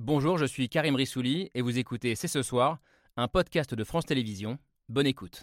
Bonjour, je suis Karim Rissouli et vous écoutez C'est ce soir, un podcast de France Télévisions. Bonne écoute.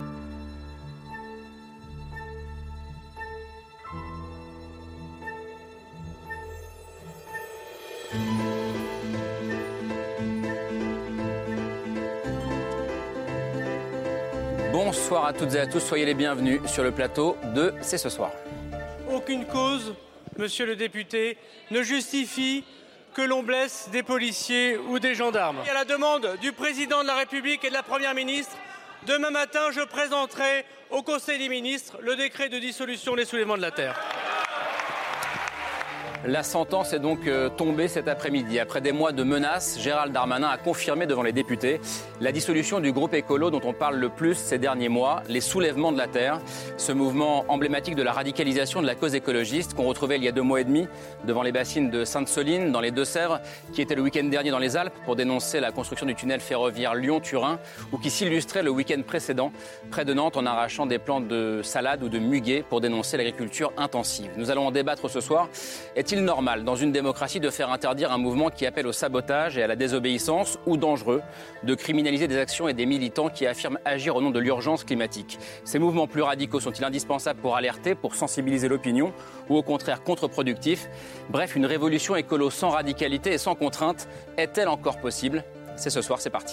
Bonsoir à toutes et à tous, soyez les bienvenus sur le plateau de C'est ce soir. Aucune cause, monsieur le député, ne justifie que l'on blesse des policiers ou des gendarmes. À la demande du président de la République et de la première ministre, demain matin, je présenterai au Conseil des ministres le décret de dissolution des soulèvements de la terre. La sentence est donc tombée cet après-midi. Après des mois de menaces, Gérald Darmanin a confirmé devant les députés la dissolution du groupe écolo dont on parle le plus ces derniers mois, les soulèvements de la terre. Ce mouvement emblématique de la radicalisation de la cause écologiste qu'on retrouvait il y a 2 mois et demi devant les bassines de Sainte-Soline, dans les Deux-Sèvres, qui était le week-end dernier dans les Alpes pour dénoncer la construction du tunnel ferroviaire Lyon-Turin, ou qui s'illustrait le week-end précédent près de Nantes en arrachant des plantes de salade ou de muguet pour dénoncer l'agriculture intensive. Nous allons en débattre ce soir. Est-il normal dans une démocratie de faire interdire un mouvement qui appelle au sabotage et à la désobéissance, ou dangereux de criminaliser des actions et des militants qui affirment agir au nom de l'urgence climatique? Ces mouvements plus radicaux sont-ils indispensables pour alerter, pour sensibiliser l'opinion, ou au contraire contre-productifs? Bref, une révolution écolo sans radicalité et sans contrainte est-elle encore possible? C'est ce soir, c'est parti.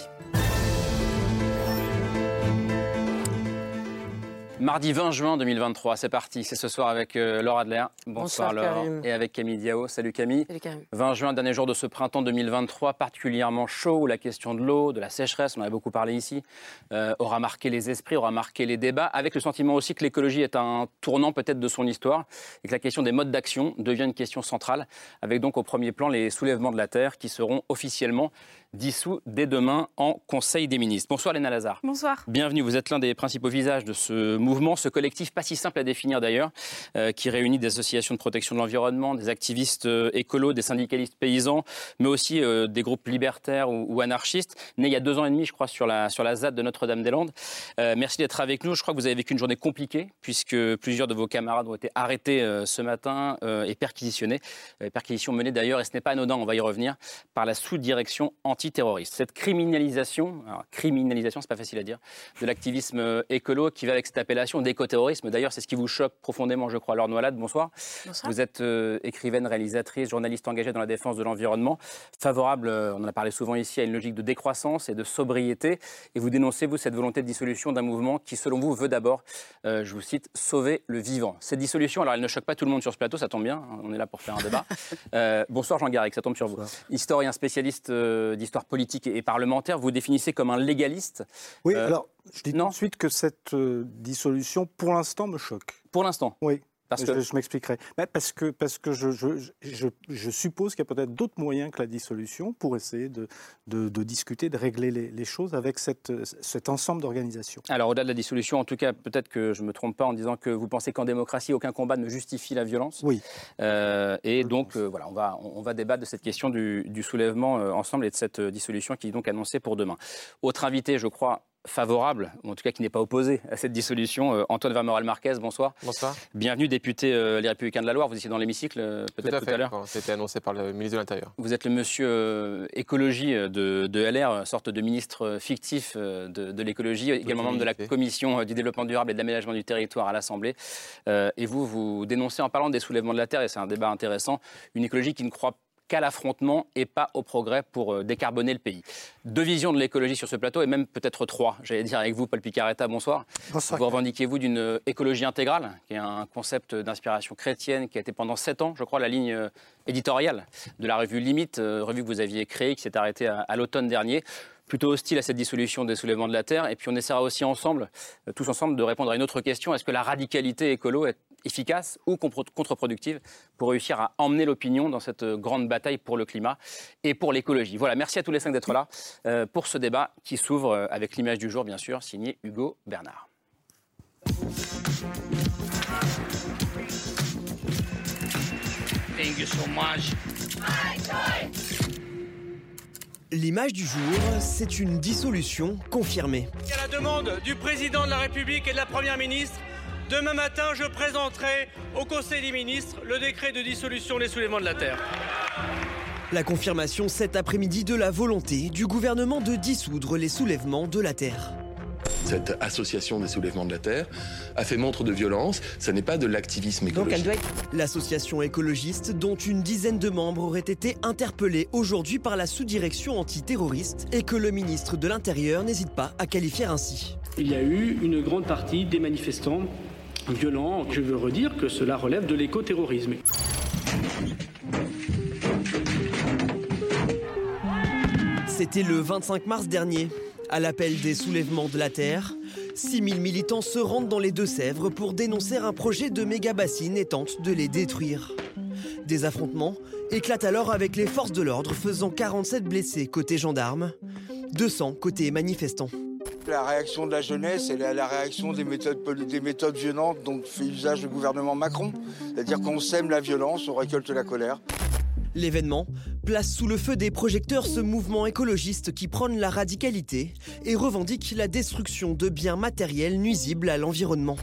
Mardi 20 juin 2023, c'est parti. C'est ce soir avec Laure Adler. Bonsoir Laure. Karim. Et avec Camille Diao. Salut Camille. Salut Karim. 20 juin, dernier jour de ce printemps 2023, particulièrement chaud, où la question de l'eau, de la sécheresse, on en a beaucoup parlé ici, aura marqué les esprits, aura marqué les débats, avec le sentiment aussi que l'écologie est un tournant peut-être de son histoire, et que la question des modes d'action devient une question centrale, avec donc au premier plan les soulèvements de la terre qui seront officiellement dissous dès demain en Conseil des ministres. Bonsoir Léna Lazare. Bonsoir. Bienvenue, vous êtes l'un des principaux visages de ce mouvement, ce collectif pas si simple à définir d'ailleurs, qui réunit des associations de protection de l'environnement, des activistes écolos, des syndicalistes paysans, mais aussi des groupes libertaires ou anarchistes, né il y a 2 ans et demi je crois sur la ZAD de Notre-Dame-des-Landes. Merci d'être avec nous. Je crois que vous avez vécu une journée compliquée puisque plusieurs de vos camarades ont été arrêtés ce matin et perquisitionnés. Perquisition menée d'ailleurs, et ce n'est pas anodin, on va y revenir, par la sous-direction antiterroriste. Cette criminalisation, c'est pas facile à dire, de l'activisme écolo qui va avec cette appellation d'écoterrorisme. D'ailleurs, c'est ce qui vous choque profondément, je crois. Laure Noilade, bonsoir. Bonsoir. Vous êtes écrivaine, réalisatrice, journaliste engagée dans la défense de l'environnement, favorable, on en a parlé souvent ici, à une logique de décroissance et de sobriété. Et vous dénoncez, vous, cette volonté de dissolution d'un mouvement qui, selon vous, veut d'abord, je vous cite, sauver le vivant. Cette dissolution, alors elle ne choque pas tout le monde sur ce plateau, ça tombe bien, on est là pour faire un débat. Bonsoir Jean Garrigue, ça tombe sur vous. Historien spécialiste d'histoire politique et parlementaire, vous définissez comme un légaliste. Oui, alors je dis tout de suite que cette dissolution, pour l'instant, me choque. Pour l'instant. Oui. Parce que... Je m'expliquerai. Parce que je suppose qu'il y a peut-être d'autres moyens que la dissolution pour essayer de discuter, de régler les choses avec cet ensemble d'organisations. Alors au-delà de la dissolution, en tout cas, peut-être que je ne me trompe pas en disant que vous pensez qu'en démocratie, aucun combat ne justifie la violence. Oui. Et donc, voilà, on va débattre de cette question du soulèvement ensemble et de cette dissolution qui est donc annoncée pour demain. Autre invité, je crois, favorable, ou en tout cas qui n'est pas opposé à cette dissolution, Antoine Vermorel-Marquez, bonsoir. Bonsoir. Bienvenue, député Les Républicains de la Loire. Vous étiez dans l'hémicycle peut-être tout à l'heure. Quand c'était annoncé par le ministre de l'Intérieur. Vous êtes le monsieur écologie de LR, sorte de ministre fictif de l'écologie, également membre de la commission du développement durable et de l'aménagement du territoire à l'Assemblée. Et vous dénoncez, en parlant des soulèvements de la terre, et c'est un débat intéressant, une écologie qui ne croit qu'à l'affrontement et pas au progrès pour décarboner le pays. 2 visions de l'écologie sur ce plateau, et même peut-être 3. J'allais dire avec vous, Paul Picaretta, bonsoir. Bonsoir. Vous revendiquez-vous d'une écologie intégrale, qui est un concept d'inspiration chrétienne, qui a été pendant 7 ans, je crois, la ligne éditoriale de la revue Limite, revue que vous aviez créée, qui s'est arrêtée à l'automne dernier. Plutôt hostile à cette dissolution des soulèvements de la terre. Et puis on essaiera aussi ensemble, tous ensemble, de répondre à une autre question. Est-ce que la radicalité écolo est efficace ou contre-productive pour réussir à emmener l'opinion dans cette grande bataille pour le climat et pour l'écologie? Voilà, merci à tous les 5 d'être là pour ce débat qui s'ouvre avec l'image du jour, bien sûr, signé Hugo Bernard. Thank you so much. L'image du jour, c'est une dissolution confirmée. À la demande du président de la République et de la première ministre, demain matin, je présenterai au Conseil des ministres le décret de dissolution des soulèvements de la terre. La confirmation cet après-midi de la volonté du gouvernement de dissoudre les soulèvements de la terre. Cette association des soulèvements de la terre a fait montre de violence, ce n'est pas de l'activisme écologique. L'association écologiste, dont une dizaine de membres auraient été interpellés aujourd'hui par la sous-direction antiterroriste et que le ministre de l'Intérieur n'hésite pas à qualifier ainsi. Il y a eu une grande partie des manifestants violents. Je veux redire que cela relève de l'écoterrorisme. C'était le 25 mars dernier. À l'appel des soulèvements de la terre, 6000 militants se rendent dans les Deux-Sèvres pour dénoncer un projet de méga-bassines et tentent de les détruire. Des affrontements éclatent alors avec les forces de l'ordre, faisant 47 blessés côté gendarmes, 200 côté manifestants. La réaction de la jeunesse et la réaction des méthodes violentes dont fait usage le gouvernement Macron. C'est-à-dire qu'on sème la violence, on récolte la colère. L'événement place sous le feu des projecteurs ce mouvement écologiste qui prône la radicalité et revendique la destruction de biens matériels nuisibles à l'environnement.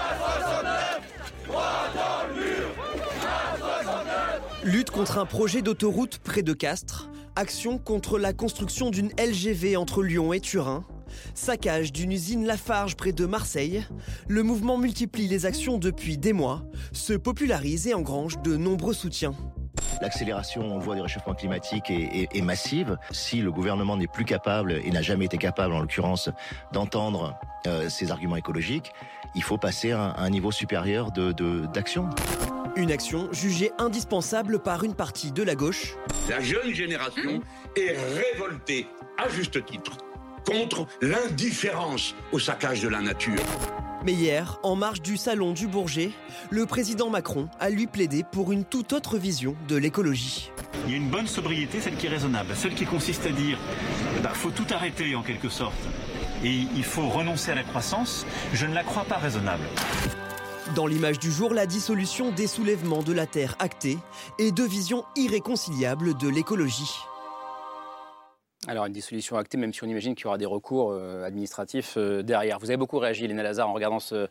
Lutte contre un projet d'autoroute près de Castres, action contre la construction d'une LGV entre Lyon et Turin, saccage d'une usine Lafarge près de Marseille, le mouvement multiplie les actions depuis des mois, se popularise et engrange de nombreux soutiens. L'accélération, on le voit, du réchauffement climatique est massive. Si le gouvernement n'est plus capable, et n'a jamais été capable en l'occurrence, d'entendre ces arguments écologiques, il faut passer à un niveau supérieur d'action. Une action jugée indispensable par une partie de la gauche. La jeune génération est révoltée, à juste titre, contre l'indifférence au saccage de la nature. Mais hier, en marge du salon du Bourget, le président Macron a lui plaidé pour une toute autre vision de l'écologie. Il y a une bonne sobriété, celle qui est raisonnable, celle qui consiste à dire qu'il faut tout arrêter en quelque sorte et il faut renoncer à la croissance. Je ne la crois pas raisonnable. Dans l'image du jour, la dissolution des soulèvements de la terre actée et deux visions irréconciliables de l'écologie. Alors, une dissolution actée, même si on imagine qu'il y aura des recours administratifs derrière. Vous avez beaucoup réagi, Léna Lazare, en regardant ce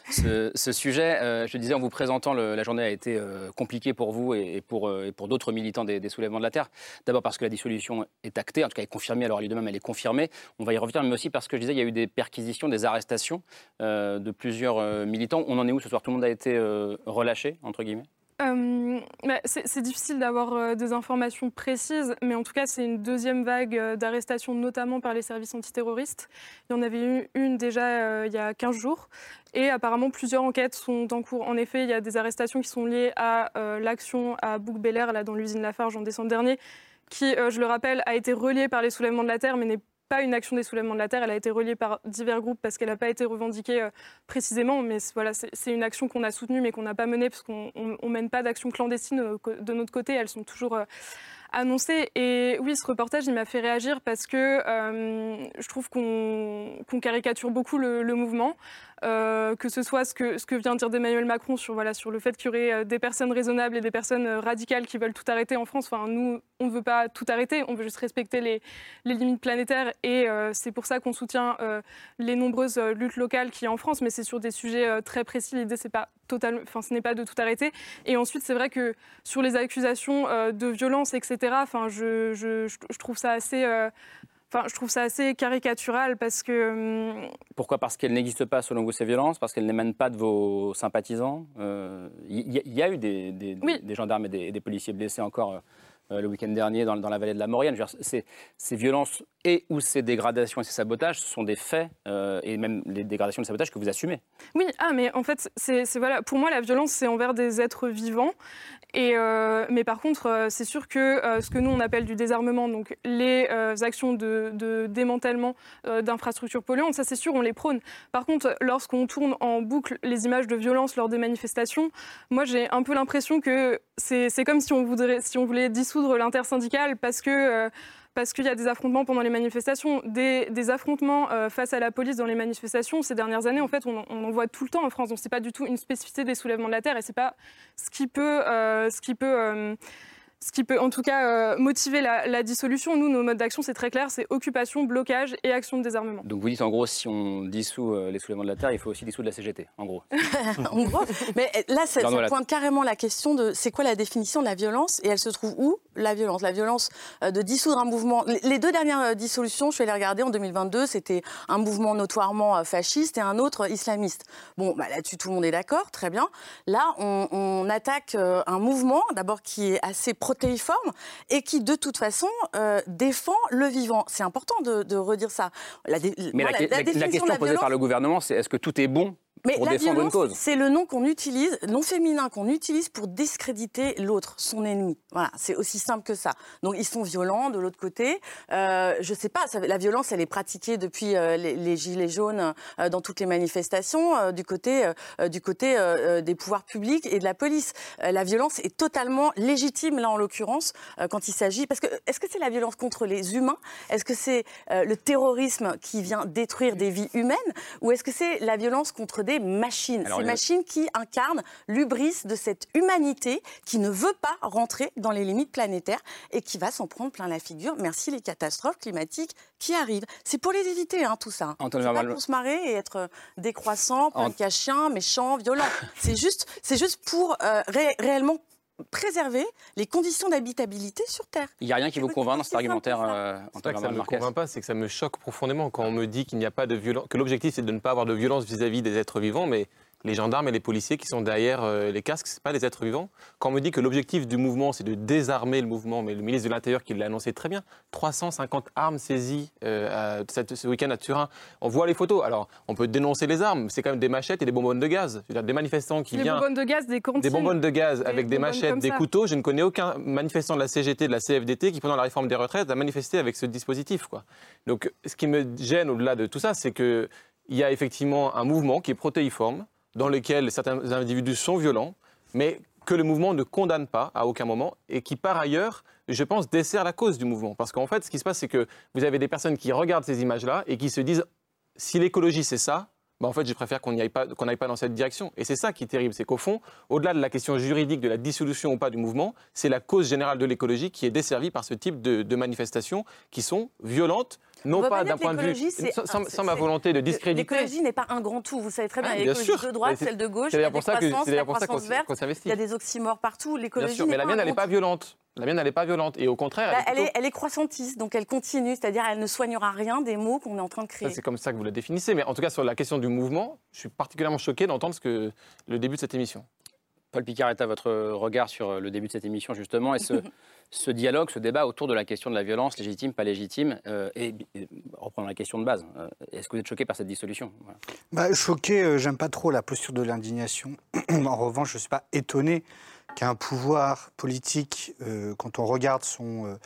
sujet. Je disais, en vous présentant, la journée a été compliquée pour vous et pour d'autres militants des soulèvements de la terre. D'abord parce que la dissolution est actée, en tout cas elle est confirmée, alors elle elle est confirmée. On va y revenir, mais aussi parce que je disais, il y a eu des perquisitions, des arrestations de plusieurs militants. On en est où ce soir? Tout le monde a été relâché, entre guillemets? C'est difficile d'avoir des informations précises, mais en tout cas, c'est une deuxième vague d'arrestations, notamment par les services antiterroristes. Il y en avait eu une déjà il y a 15 jours, et apparemment plusieurs enquêtes sont en cours. En effet, il y a des arrestations qui sont liées à l'action à Bouc-Bélair, là, dans l'usine Lafarge en décembre dernier, qui, je le rappelle, a été reliée par les soulèvements de la terre, mais n'est pas une action des soulèvements de la terre, elle a été reliée par divers groupes parce qu'elle n'a pas été revendiquée précisément, mais voilà, c'est une action qu'on a soutenue mais qu'on n'a pas menée parce qu'on ne mène pas d'action clandestine de notre côté, elles sont toujours annoncées. Et oui, ce reportage, il m'a fait réagir parce que je trouve qu'on caricature beaucoup le mouvement. Que ce soit ce que vient de dire Emmanuel Macron sur le fait qu'il y aurait des personnes raisonnables et des personnes radicales qui veulent tout arrêter en France. Enfin, nous, on ne veut pas tout arrêter, on veut juste respecter les limites planétaires et c'est pour ça qu'on soutient les nombreuses luttes locales qu'il y a en France, mais c'est sur des sujets très précis. L'idée, ce n'est pas de tout arrêter. Et ensuite, c'est vrai que sur les accusations de violence, etc., je trouve ça assez... je trouve ça assez caricatural parce que... Pourquoi? Parce qu'elles n'existent pas selon vous, ces violences? Parce qu'elles n'émanent pas de vos sympathisants? Il y a eu des gendarmes et des policiers blessés encore le week-end dernier dans la vallée de la Maurienne. Ces violences ou ces dégradations et ces sabotages, ce sont des faits, et même les dégradations et les sabotages que vous assumez. Oui, mais en fait, pour moi, la violence, c'est envers des êtres vivants. Mais par contre, c'est sûr que ce que nous, on appelle du désarmement, donc les actions de démantèlement d'infrastructures polluantes, ça, c'est sûr, on les prône. Par contre, lorsqu'on tourne en boucle les images de violence lors des manifestations, moi, j'ai un peu l'impression que c'est comme si on voulait dissoudre l'intersyndicale parce qu'il y a des affrontements pendant les manifestations, des affrontements face à la police dans les manifestations. Ces dernières années, en fait, on en voit tout le temps en France. Donc, c'est pas du tout une spécificité des soulèvements de la terre et c'est pas ce qui peut en tout cas motiver la dissolution. Nous, nos modes d'action, c'est très clair, c'est occupation, blocage et action de désarmement. Donc vous dites en gros, si on dissout les soulèvements de la terre, il faut aussi dissoudre la CGT, en gros. En gros, mais là, ça pointe carrément la question de c'est quoi la définition de la violence et elle se trouve où? la violence. La violence de dissoudre un mouvement. Les 2 dernières dissolutions, je suis allée regarder en 2022, c'était un mouvement notoirement fasciste et un autre islamiste. Bon, là-dessus, tout le monde est d'accord, très bien. Là, on attaque un mouvement, d'abord, qui est assez protéiforme et qui, de toute façon, défend le vivant. C'est important de redire ça. La question posée par le gouvernement, c'est est-ce que tout est bon pour défendre une cause? C'est le nom qu'on utilise, nom féminin qu'on utilise pour discréditer l'autre, son ennemi. Voilà, c'est aussi simple que ça. Donc ils sont violents de l'autre côté. Je sais pas, la violence, elle est pratiquée depuis les gilets jaunes dans toutes les manifestations du côté des pouvoirs publics et de la police. La violence est totalement légitime là en l'occurrence quand il s'agit. Parce que est-ce que c'est la violence contre les humains? Est-ce que c'est le terrorisme qui vient détruire des vies humaines? Ou est-ce que c'est la violence contre des machines? Ces machines qui incarnent l'hubris de cette humanité qui ne veut pas rentrer dans les limites planétaires et qui va s'en prendre plein la figure. Merci les catastrophes climatiques qui arrivent. C'est pour les éviter, tout ça. C'est pas pour se marrer et être décroissant, chien, méchant, violent. C'est juste pour réellement préserver les conditions d'habitabilité sur Terre. Il n'y a rien qui vous convainc dans cet argumentaire, ça ne me convainc pas, c'est que ça me choque profondément quand on me dit qu'il n'y a pas de violence, que l'objectif c'est de ne pas avoir de violence vis-à-vis des êtres vivants, mais les gendarmes et les policiers qui sont derrière les casques, ce n'est pas des êtres vivants. Quand on me dit que l'objectif du mouvement, c'est de désarmer le mouvement, mais le ministre de l'Intérieur qui l'a annoncé très bien, 350 armes saisies ce week-end à Turin. On voit les photos. Alors, on peut dénoncer les armes, c'est quand même des machettes et des bonbonnes de gaz. C'est-à-dire des manifestants qui viennent... Des bonbonnes de gaz, des cantines. Des bonbonnes de gaz avec des machettes, des couteaux. Je ne connais aucun manifestant de la CGT, de la CFDT qui, pendant la réforme des retraites, a manifesté avec ce dispositif, quoi. Donc, ce qui me gêne au-delà de tout ça, c'est qu'il y a effectivement un mouvement qui est protéiforme, dans lequel certains individus sont violents, mais que le mouvement ne condamne pas à aucun moment et qui, par ailleurs, je pense, dessert la cause du mouvement. Parce qu'en fait, ce qui se passe, c'est que vous avez des personnes qui regardent ces images-là et qui se disent « si l'écologie, c'est ça », en fait, je préfère qu'on n'aille pas dans cette direction. Et c'est ça qui est terrible, c'est qu'au fond, au-delà de la question juridique de la dissolution ou pas du mouvement, c'est la cause générale de l'écologie qui est desservie par ce type de manifestations qui sont violentes, non pas d'un point de vue, sans ma volonté de discréditer. L'écologie n'est pas un grand tout, vous savez très bien. Il y a l'écologie de droite, celle de gauche, il y a la croissance verte, il y a des oxymores partout. L'écologie mais la mienne, elle n'est pas violente. La mienne, elle n'est pas violente. Et au contraire, elle est croissantiste, donc elle continue. C'est-à-dire elle ne soignera rien des mots qu'on est en train de créer. C'est comme ça que vous la définissez. Mais en tout cas, sur la question du mouvement, je suis particulièrement choqué d'entendre le début de cette émission. Paul Piccarretta, votre regard sur le début de cette émission, justement, et ce dialogue, ce débat autour de la question de la violence, légitime, pas légitime, et reprenons la question de base. Est-ce que vous êtes choqué par cette dissolution? Choqué, j'aime pas trop la posture de l'indignation. En revanche, je ne suis pas étonné qu'un pouvoir politique, quand on regarde son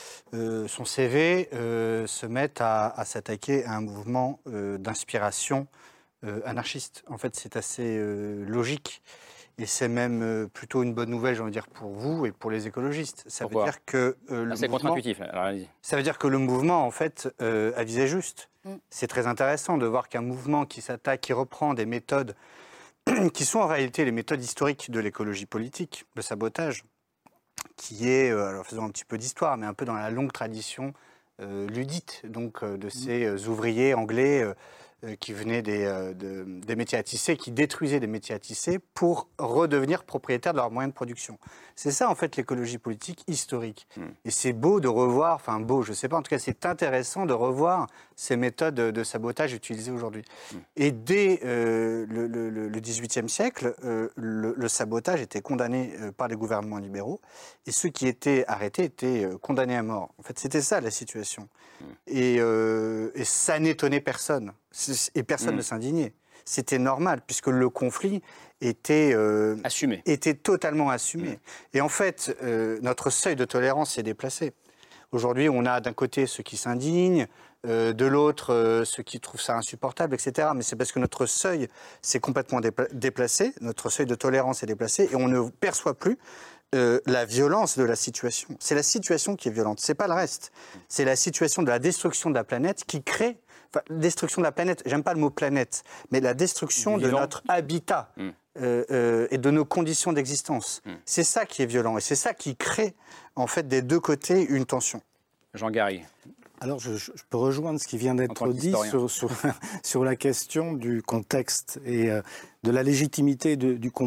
CV, se mette à s'attaquer à un mouvement d'inspiration anarchiste. En fait, c'est assez logique. Et c'est même plutôt une bonne nouvelle, j'ai envie de dire, pour vous et pour les écologistes. Ça veut dire que c'est contre-intuitif. Ça veut dire que le mouvement, en fait, a visé juste. C'est très intéressant de voir qu'un mouvement qui s'attaque, qui reprend des méthodes qui sont en réalité les méthodes historiques de l'écologie politique, le sabotage, qui est, alors faisons un petit peu d'histoire, mais un peu dans la longue tradition ludite, donc de ces ouvriers anglais qui venaient des métiers à tisser, qui détruisaient des métiers à tisser pour redevenir propriétaires de leurs moyens de production. C'est ça, en fait, l'écologie politique historique. Et c'est beau de revoir, enfin beau, je ne sais pas, en tout cas, c'est intéressant de revoir ces méthodes de sabotage utilisées aujourd'hui. Et dès le XVIIIe siècle, le sabotage était condamné par les gouvernements libéraux, et ceux qui étaient arrêtés étaient condamnés à mort. En fait, c'était ça, la situation. Et ça n'étonnait personne. Et personne ne s'indignait. C'était normal, puisque le conflit était totalement assumé. Et en fait, notre seuil de tolérance s'est déplacé. Aujourd'hui, on a d'un côté ceux qui s'indignent, de l'autre ceux qui trouvent ça insupportable, etc. Mais c'est parce que notre seuil s'est complètement déplacé, notre seuil de tolérance est déplacé, et on ne perçoit plus la violence de la situation. C'est la situation qui est violente, c'est pas le reste. C'est la situation de la destruction de la planète qui crée... Enfin, destruction de la planète, j'aime pas le mot planète, mais la destruction de notre habitat et de nos conditions d'existence. C'est ça qui est violent et c'est ça qui crée, en fait, des deux côtés, une tension. Jean Garry. Alors, je peux rejoindre ce qui vient d'être dit sur la question du contexte et de la légitimité du combat.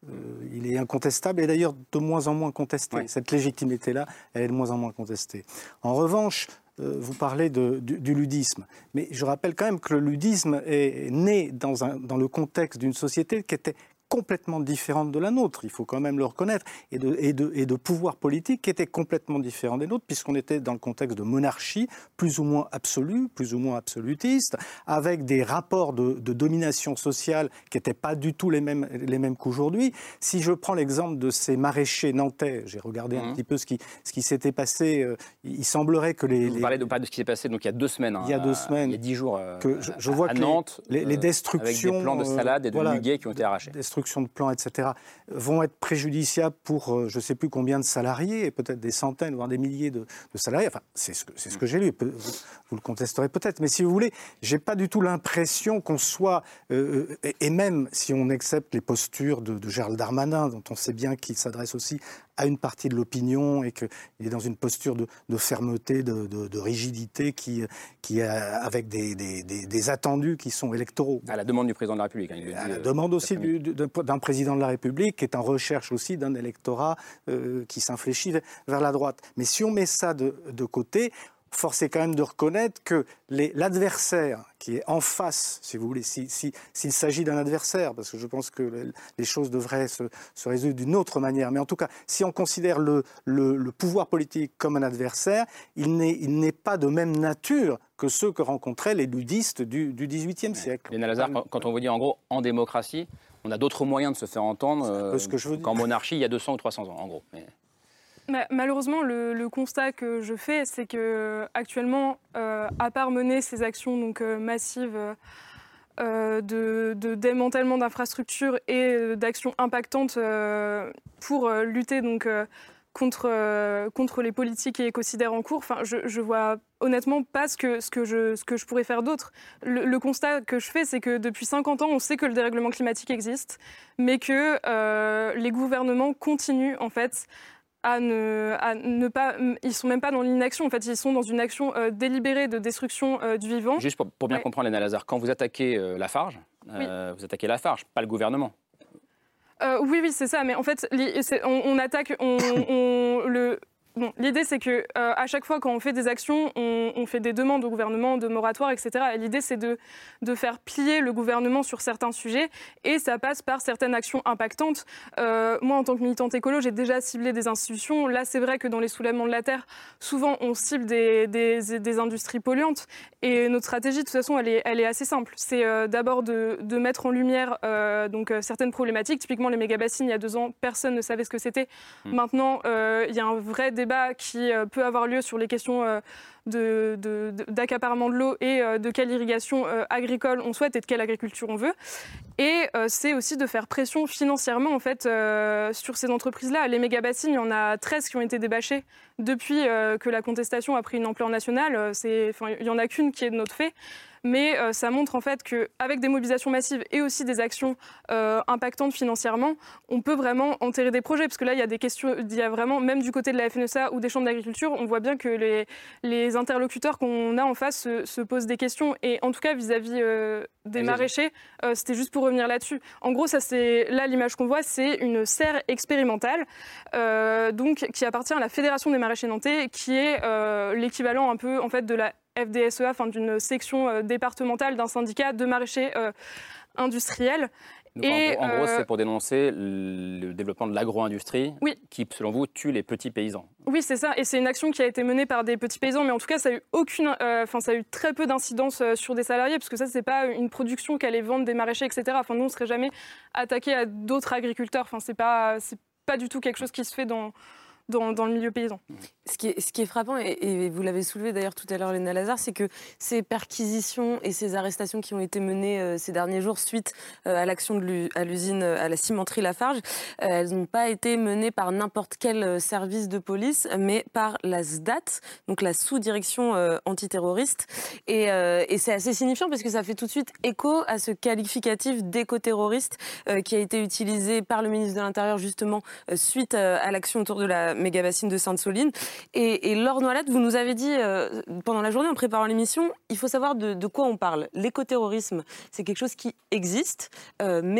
Il est incontestable et d'ailleurs de moins en moins contesté. Ouais. Cette légitimité-là, elle est de moins en moins contestée. En revanche, vous parlez du ludisme. Mais je rappelle quand même que le ludisme est né dans le contexte d'une société qui était complètement différente de la nôtre, il faut quand même le reconnaître, et de pouvoirs politiques qui étaient complètement différents des nôtres, puisqu'on était dans le contexte de monarchie, plus ou moins absolue, plus ou moins absolutiste, avec des rapports de domination sociale qui n'étaient pas du tout les mêmes qu'aujourd'hui. Si je prends l'exemple de ces maraîchers nantais, j'ai regardé un petit peu ce qui s'était passé, il semblerait que Vous parlez de ce qui s'est passé donc, il y a 2 semaines. Il y a 2 semaines. Il y a 10 jours que je vois à que Nantes, les destructions... avec des plants de salade et de muguet qui ont été arrachés. Destruction de plants, etc., vont être préjudiciables pour je ne sais plus combien de salariés, et peut-être des centaines, voire des milliers de salariés. Enfin, c'est ce que j'ai lu. Vous le contesterez peut-être. Mais si vous voulez, je n'ai pas du tout l'impression qu'on soit... et même si on accepte les postures de Gérald Darmanin, dont on sait bien qu'il s'adresse aussi à une partie de l'opinion et qu'il est dans une posture de fermeté, de rigidité avec des attendus qui sont électoraux. À la demande du président de la République. Hein, à la demande aussi d'un président de la République qui est en recherche aussi d'un électorat qui s'infléchit vers la droite. Mais si on met ça de côté, force est quand même de reconnaître que l'adversaire qui est en face, si vous voulez, s'il s'agit d'un adversaire, parce que je pense que les choses devraient se résoudre d'une autre manière, mais en tout cas, si on considère le pouvoir politique comme un adversaire, il n'est pas de même nature que ceux que rencontraient les ludistes du XVIIIe siècle. Léna Lazare, quand on vous dit en gros en démocratie, on a d'autres moyens de se faire entendre qu'en monarchie il y a 200 ou 300 ans, en gros. Malheureusement, le constat que je fais, c'est qu'actuellement, à part mener ces actions donc, massives de démantèlement d'infrastructures et d'actions impactantes pour lutter donc, contre les politiques et écocidaires en cours, je vois honnêtement pas ce que je pourrais faire d'autre. Le constat que je fais, c'est que depuis 50 ans, on sait que le dérèglement climatique existe, mais que les gouvernements continuent en fait à ne pas... Ils ne sont même pas dans l'inaction, en fait, ils sont dans une action délibérée de destruction du vivant. Juste pour bien comprendre, Léna Lazare, quand vous attaquez Lafarge, vous attaquez Lafarge, pas le gouvernement. Oui, c'est ça, mais en fait, on attaque... Bon, l'idée, c'est qu'à chaque fois, quand on fait des actions, on fait des demandes au gouvernement de moratoire, etc. Et l'idée, c'est de faire plier le gouvernement sur certains sujets, et ça passe par certaines actions impactantes. Moi, en tant que militante écolo, j'ai déjà ciblé des institutions. Là, c'est vrai que dans les soulèvements de la Terre, souvent, on cible des industries polluantes. Et notre stratégie, de toute façon, elle est assez simple. C'est d'abord de mettre en lumière certaines problématiques. Typiquement, les méga-bassines, il y a 2 ans, personne ne savait ce que c'était. Maintenant, il y a un vrai débat qui peut avoir lieu sur les questions d'accaparement de l'eau et de quelle irrigation agricole on souhaite et de quelle agriculture on veut. Et c'est aussi de faire pression financièrement en fait, sur ces entreprises-là. Les méga-bassines, il y en a 13 qui ont été débâchées depuis que la contestation a pris une ampleur nationale. Il n'y en a qu'une qui est de notre fait. Mais ça montre en fait qu'avec des mobilisations massives et aussi des actions impactantes financièrement, on peut vraiment enterrer des projets. Parce que là, il y a des questions, il y a vraiment, même du côté de la FNSEA ou des chambres d'agriculture, on voit bien que les interlocuteurs qu'on a en face se posent des questions. Et en tout cas, vis-à-vis des maraîchers, c'était juste pour revenir là-dessus. En gros, là, l'image qu'on voit, c'est une serre expérimentale donc, qui appartient à la Fédération des maraîchers nantais, qui est l'équivalent un peu en fait, de la FDSEA, d'une section départementale d'un syndicat de maraîchers industriels. Donc, en gros, c'est pour dénoncer le développement de l'agro-industrie qui, selon vous, tue les petits paysans. Oui, c'est ça. Et c'est une action qui a été menée par des petits paysans, mais en tout cas, ça a eu très peu d'incidence sur des salariés, parce que ça, c'est pas une production qu'allait vendre des maraîchers, etc. Nous, on ne serait jamais attaqué à d'autres agriculteurs. C'est pas du tout quelque chose qui se fait dans le milieu paysan. Ce qui est frappant, et vous l'avez soulevé d'ailleurs tout à l'heure, Léna Lazare, c'est que ces perquisitions et ces arrestations qui ont été menées ces derniers jours suite à l'action à l'usine, à la cimenterie Lafarge, elles n'ont pas été menées par n'importe quel service de police, mais par la SDAT, donc la sous-direction antiterroriste. Et c'est assez signifiant parce que ça fait tout de suite écho à ce qualificatif d'éco-terroriste qui a été utilisé par le ministre de l'Intérieur justement suite à l'action autour de la méga-bassine de Sainte-Soline. Et Laure Noilhade, vous nous avez dit pendant la journée en préparant l'émission, il faut savoir de quoi on parle. L'écoterrorisme, c'est quelque chose qui existe, mais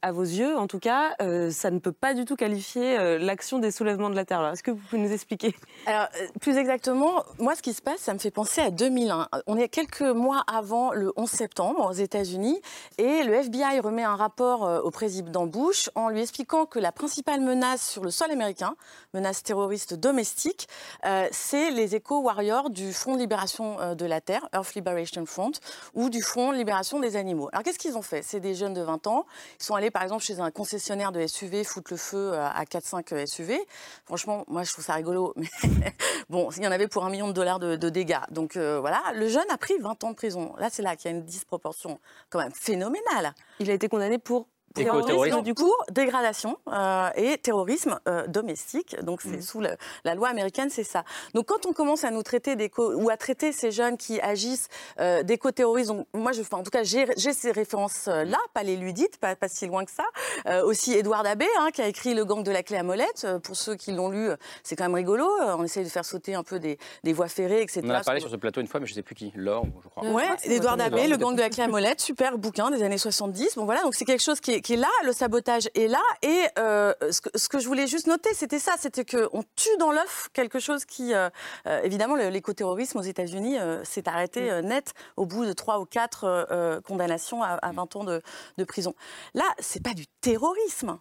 à vos yeux, en tout cas, ça ne peut pas du tout qualifier l'action des soulèvements de la Terre. Alors, est-ce que vous pouvez nous expliquer ? Alors, plus exactement, moi, ce qui se passe, ça me fait penser à 2001. On est quelques mois avant le 11 septembre aux États-Unis et le FBI remet un rapport au président Bush en lui expliquant que la principale menace sur le sol américain, menace terroriste domestique, c'est les éco-warriors du Front de libération de la Terre, Earth Liberation Front, ou du Front de libération des animaux. Alors, qu'est-ce qu'ils ont fait ? C'est des jeunes de 20 ans. Ils sont allés, par exemple, chez un concessionnaire de SUV, foutre le feu à 4-5 SUV. Franchement, moi, je trouve ça rigolo. Mais bon, il y en avait pour $1 million de dégâts. Donc, voilà. Le jeune a pris 20 ans de prison. Là, c'est là qu'il y a une disproportion quand même phénoménale. Il a été condamné pour... Terrorisme, du coup, dégradation et terrorisme domestique. Donc, c'est sous la loi américaine, c'est ça. Donc, quand on commence à nous traiter ou à traiter ces jeunes qui agissent d'éco-terroristes, donc moi, en tout cas, j'ai ces références-là, pas les ludites, pas si loin que ça. Aussi, Édouard Abbé, qui a écrit Le gang de la clé à molette. Pour ceux qui l'ont lu, c'est quand même rigolo. On essaie de faire sauter un peu des voies ferrées, etc. On en a parlé sur ce plateau une fois, mais je ne sais plus qui. Laure, je crois. Ouais, Édouard Abbé, Le gang de la clé à molette, super bouquin des années 70. Bon, voilà, donc c'est quelque chose qui est là, le sabotage est là, et ce que je voulais juste noter, c'était qu'on tue dans l'œuf quelque chose qui, évidemment, l'écoterrorisme aux États-Unis s'est arrêté net au bout de 3 ou 4 condamnations à 20 ans de prison. Là, c'est pas du terrorisme,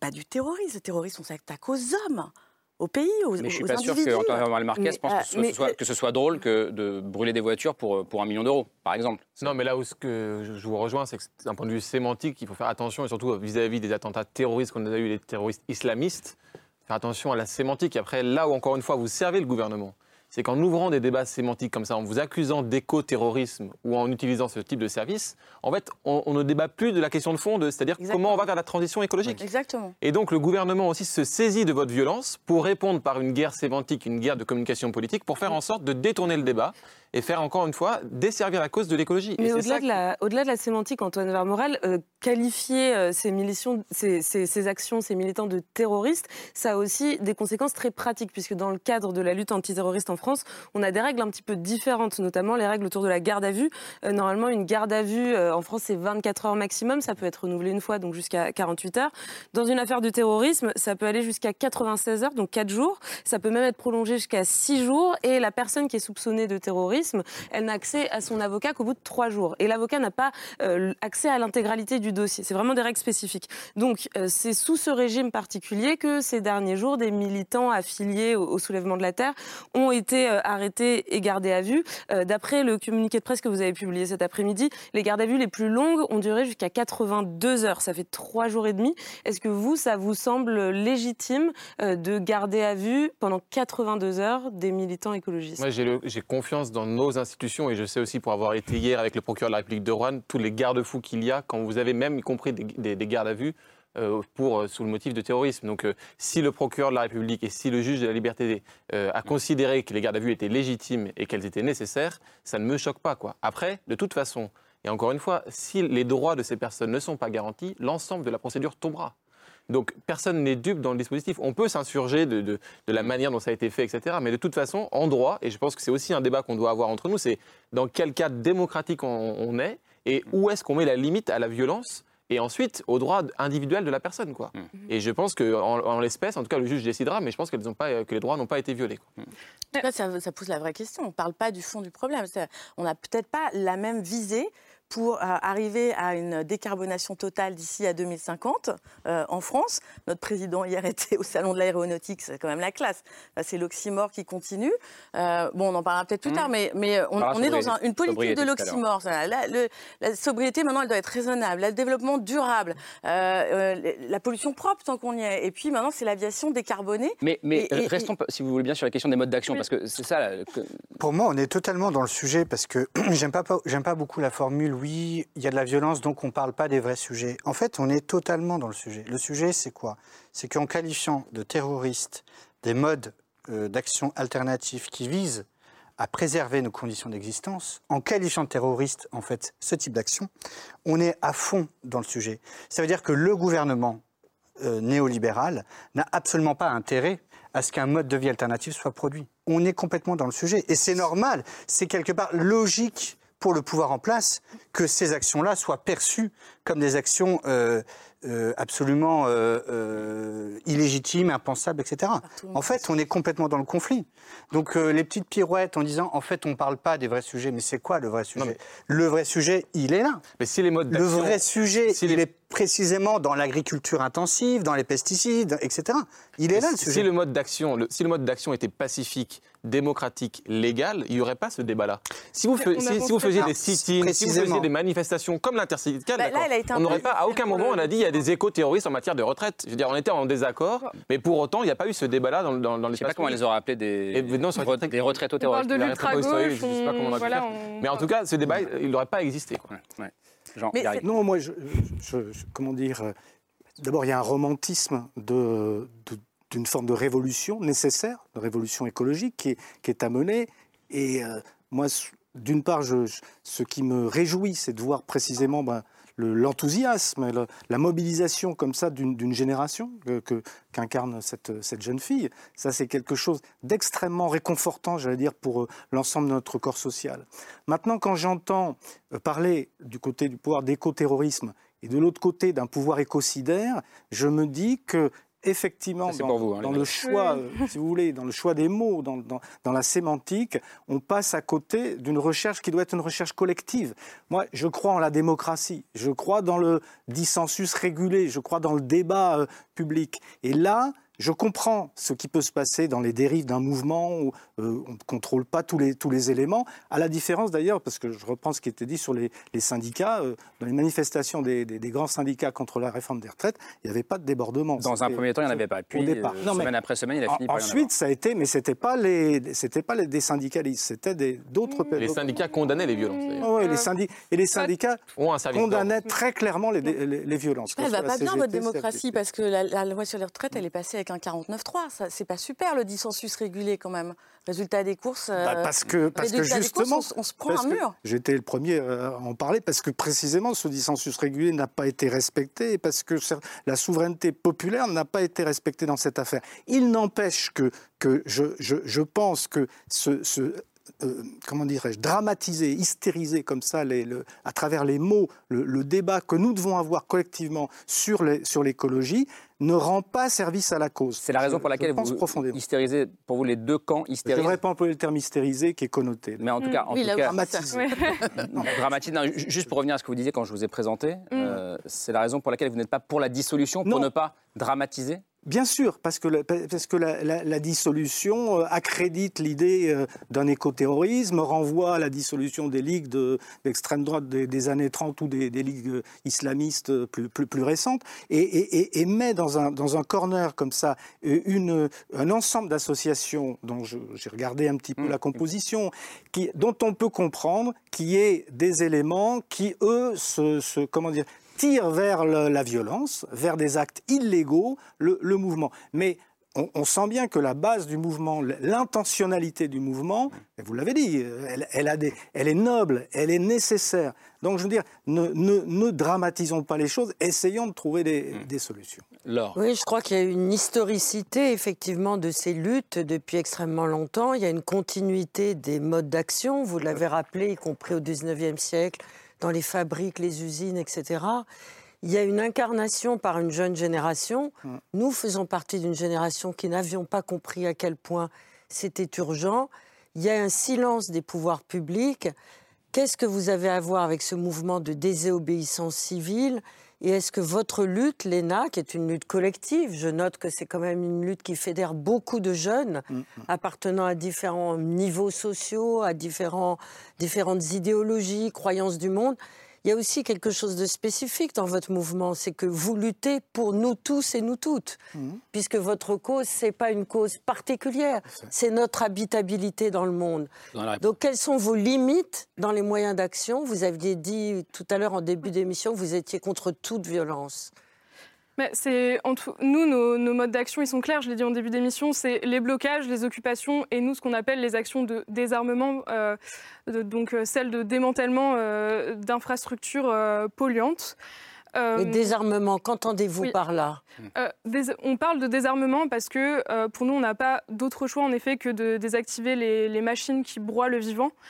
Le terrorisme, on s'attaque aux hommes. Au pays, aux individus. Mais je suis pas sûr qu'Antoine Marquez pense que ce soit drôle que de brûler des voitures pour $1 million, par exemple. Non, mais là où je vous rejoins, c'est que d'un point de vue sémantique, il faut faire attention, et surtout vis-à-vis des attentats terroristes qu'on a eu, les terroristes islamistes, faire attention à la sémantique. Et après, là où, encore une fois, vous servez le gouvernement, c'est qu'en ouvrant des débats sémantiques comme ça, en vous accusant d'éco-terrorisme ou en utilisant ce type de service, en fait, on ne débat plus de la question de fond, c'est-à-dire comment on va vers la transition écologique. Exactement. Et donc, le gouvernement aussi se saisit de votre violence pour répondre par une guerre sémantique, une guerre de communication politique, pour faire en sorte de détourner le débat et faire, encore une fois, desservir la cause de l'écologie. Mais au-delà de la sémantique, Antoine Vermorel, qualifier ces actions, ces militants de terroristes, ça a aussi des conséquences très pratiques, puisque dans le cadre de la lutte antiterroriste en France, on a des règles un petit peu différentes, notamment les règles autour de la garde à vue. Normalement, une garde à vue en France, c'est 24 heures maximum, ça peut être renouvelé une fois, donc jusqu'à 48 heures. Dans une affaire de terrorisme, ça peut aller jusqu'à 96 heures, donc 4 jours. Ça peut même être prolongé jusqu'à 6 jours, et la personne qui est soupçonnée de terrorisme, elle n'a accès à son avocat qu'au bout de 3 jours. Et l'avocat n'a pas accès à l'intégralité du dossier. C'est vraiment des règles spécifiques. Donc, c'est sous ce régime particulier que ces derniers jours, des militants affiliés au soulèvement de la Terre ont été arrêtés et gardés à vue. D'après le communiqué de presse que vous avez publié cet après-midi, les gardes à vue les plus longues ont duré jusqu'à 82 heures. Ça fait 3 jours et demi. Est-ce que ça vous semble légitime de garder à vue pendant 82 heures des militants écologistes ? Moi, j'ai confiance dans nos institutions, et je sais aussi, pour avoir été hier avec le procureur de la République de Roanne, tous les garde-fous qu'il y a quand vous avez même, y compris des gardes à vue, sous le motif de terrorisme. Donc, si le procureur de la République et si le juge de la liberté a considéré que les gardes à vue étaient légitimes et qu'elles étaient nécessaires, ça ne me choque pas, quoi. Après, de toute façon, et encore une fois, si les droits de ces personnes ne sont pas garantis, l'ensemble de la procédure tombera. Donc, personne n'est dupe dans le dispositif. On peut s'insurger de la manière dont ça a été fait, etc. Mais de toute façon, en droit, et je pense que c'est aussi un débat qu'on doit avoir entre nous, c'est dans quel cadre démocratique on est et où est-ce qu'on met la limite à la violence et ensuite au droit individuel de la personne, quoi. Et je pense qu'en l'espèce, en tout cas, le juge décidera, mais je pense que les droits n'ont pas été violés, quoi. En fait, ça pose la vraie question. On ne parle pas du fond du problème. On n'a peut-être pas la même visée pour arriver à une décarbonation totale d'ici à 2050 en France. Notre président hier était au salon de l'aéronautique, c'est quand même la classe. Enfin, c'est l'oxymore qui continue. On en parlera peut-être plus tard, mais on est dans une politique de l'oxymore. La sobriété, maintenant, elle doit être raisonnable. Le développement durable, la pollution propre, tant qu'on y est. Et puis maintenant, c'est l'aviation décarbonée. Mais restons, si vous voulez bien, sur la question des modes d'action, parce que c'est ça... Pour moi, on est totalement dans le sujet, parce que j'aime pas beaucoup la formule « oui, il y a de la violence, donc on ne parle pas des vrais sujets ». En fait, on est totalement dans le sujet. Le sujet, c'est quoi ? C'est qu'en qualifiant de terroristes des modes d'action alternatifs qui visent à préserver nos conditions d'existence, en qualifiant de terroristes, en fait, ce type d'action, on est à fond dans le sujet. Ça veut dire que le gouvernement néolibéral n'a absolument pas intérêt à ce qu'un mode de vie alternatif soit produit. On est complètement dans le sujet. Et c'est normal, c'est quelque part logique pour le pouvoir en place que ces actions-là soient perçues comme des actions absolument illégitimes, impensables, etc. En fait, on est complètement dans le conflit. Donc les petites pirouettes en disant, en fait, on ne parle pas des vrais sujets. Mais c'est quoi le vrai sujet ? Le vrai sujet, il est là. Mais si les modes le vrai sujet, il est précisément dans l'agriculture intensive, dans les pesticides, etc. Il est là, le sujet. Si le mode d'action était pacifique, démocratique, légal, il n'y aurait pas ce débat-là. Si vous faisiez des sit-ins, si vous faisiez des manifestations comme l'intersyndicale, on n'aurait pas, à aucun moment, on a dit il y a des éco-terroristes en matière de retraite. Je veux dire, on était en désaccord, mais pour autant, il n'y a pas eu ce débat-là dans l'espace. Je ne sais pas comment on les aurait appelés des retraitos terroristes. On parle de l'ultra-gauche, je ne sais pas comment on a pu faire. Mais en tout cas, ce débat, il n'aurait pas existé. Non, moi, comment dire, d'abord, il y a un romantisme d'une forme de révolution nécessaire, de révolution écologique qui est à mener. Et moi, d'une part, ce qui me réjouit, c'est de voir précisément l'enthousiasme, la mobilisation comme ça d'une génération qu'incarne cette jeune fille. Ça, c'est quelque chose d'extrêmement réconfortant, j'allais dire, pour l'ensemble de notre corps social. Maintenant, quand j'entends parler du côté du pouvoir d'éco-terrorisme et de l'autre côté d'un pouvoir écocidaire, je me dis que effectivement, dans le choix, si vous voulez, dans le choix des mots, dans la sémantique, on passe à côté d'une recherche qui doit être une recherche collective. Moi, je crois en la démocratie, je crois dans le dissensus régulé, je crois dans le débat public. Et là, je comprends ce qui peut se passer dans les dérives d'un mouvement où on ne contrôle pas tous les éléments, à la différence d'ailleurs, parce que je reprends ce qui était dit sur les syndicats, dans les manifestations des grands syndicats contre la réforme des retraites, il n'y avait pas de débordement. Dans un premier temps, il n'y en avait pas. Puis, semaine après semaine, il a fini par y en avoir. Ensuite, ça a été, mais ce n'était pas des syndicalistes, c'était d'autres... Les syndicats condamnaient les violences, d'ailleurs. Oui, les syndicats condamnaient très clairement les violences. Elle ne va pas bien, votre démocratie, parce que la loi sur les retraites, elle est passée avec un 49.3. C'est pas super, le dissensus régulé, quand même. Résultat des courses... parce que justement... on se prend un mur. J'étais le premier à en parler, parce que précisément, ce dissensus régulé n'a pas été respecté, et parce que la souveraineté populaire n'a pas été respectée dans cette affaire. Il n'empêche que je pense que comment dirais-je, dramatiser, hystériser comme ça, à travers les mots, le débat que nous devons avoir collectivement sur l'écologie, ne rend pas service à la cause. C'est la raison pour laquelle vous hystérisez, pour vous, les deux camps hystérisés. Je ne devrais pas employer le terme hystérisé qui est connoté. Mais en tout cas, dramatisé. Juste pour revenir à ce que vous disiez quand je vous ai présenté, c'est la raison pour laquelle vous n'êtes pas pour la dissolution, pour ne pas dramatiser ? Bien sûr, parce que la dissolution accrédite l'idée d'un écoterrorisme, renvoie à la dissolution des ligues d'extrême droite des années 30 ou des ligues islamistes plus récentes, et met dans un corner comme ça un ensemble d'associations dont j'ai regardé un petit peu la composition, dont on peut comprendre qu'il y ait des éléments qui, eux, tire vers la violence, vers des actes illégaux, le mouvement. Mais on sent bien que la base du mouvement, l'intentionnalité du mouvement, vous l'avez dit, elle est noble, elle est nécessaire. Donc je veux dire, ne dramatisons pas les choses, essayons de trouver des solutions. Laure. Oui, je crois qu'il y a une historicité effectivement de ces luttes depuis extrêmement longtemps. Il y a une continuité des modes d'action, vous l'avez rappelé, y compris au XIXe siècle, dans les fabriques, les usines, etc. Il y a une incarnation par une jeune génération. Nous faisons partie d'une génération qui n'avions pas compris à quel point c'était urgent. Il y a un silence des pouvoirs publics. Qu'est-ce que vous avez à voir avec ce mouvement de désobéissance civile ? Et est-ce que votre lutte, l'ENA, qui est une lutte collective, je note que c'est quand même une lutte qui fédère beaucoup de jeunes appartenant à différents niveaux sociaux, à différentes idéologies, croyances du monde, il y a aussi quelque chose de spécifique dans votre mouvement, c'est que vous luttez pour nous tous et nous toutes, puisque votre cause, ce n'est pas une cause particulière, c'est notre habitabilité dans le monde. Donc, quelles sont vos limites dans les moyens d'action ? Vous aviez dit tout à l'heure en début d'émission que vous étiez contre toute violence. Mais nous, nos modes d'action, ils sont clairs, je l'ai dit en début d'émission, c'est les blocages, les occupations et nous, ce qu'on appelle les actions de désarmement, donc celles de démantèlement d'infrastructures polluantes. Le désarmement, qu'entendez-vous par là ? On parle de désarmement parce que pour nous, on n'a pas d'autre choix en effet que de désactiver les machines qui broient le vivant.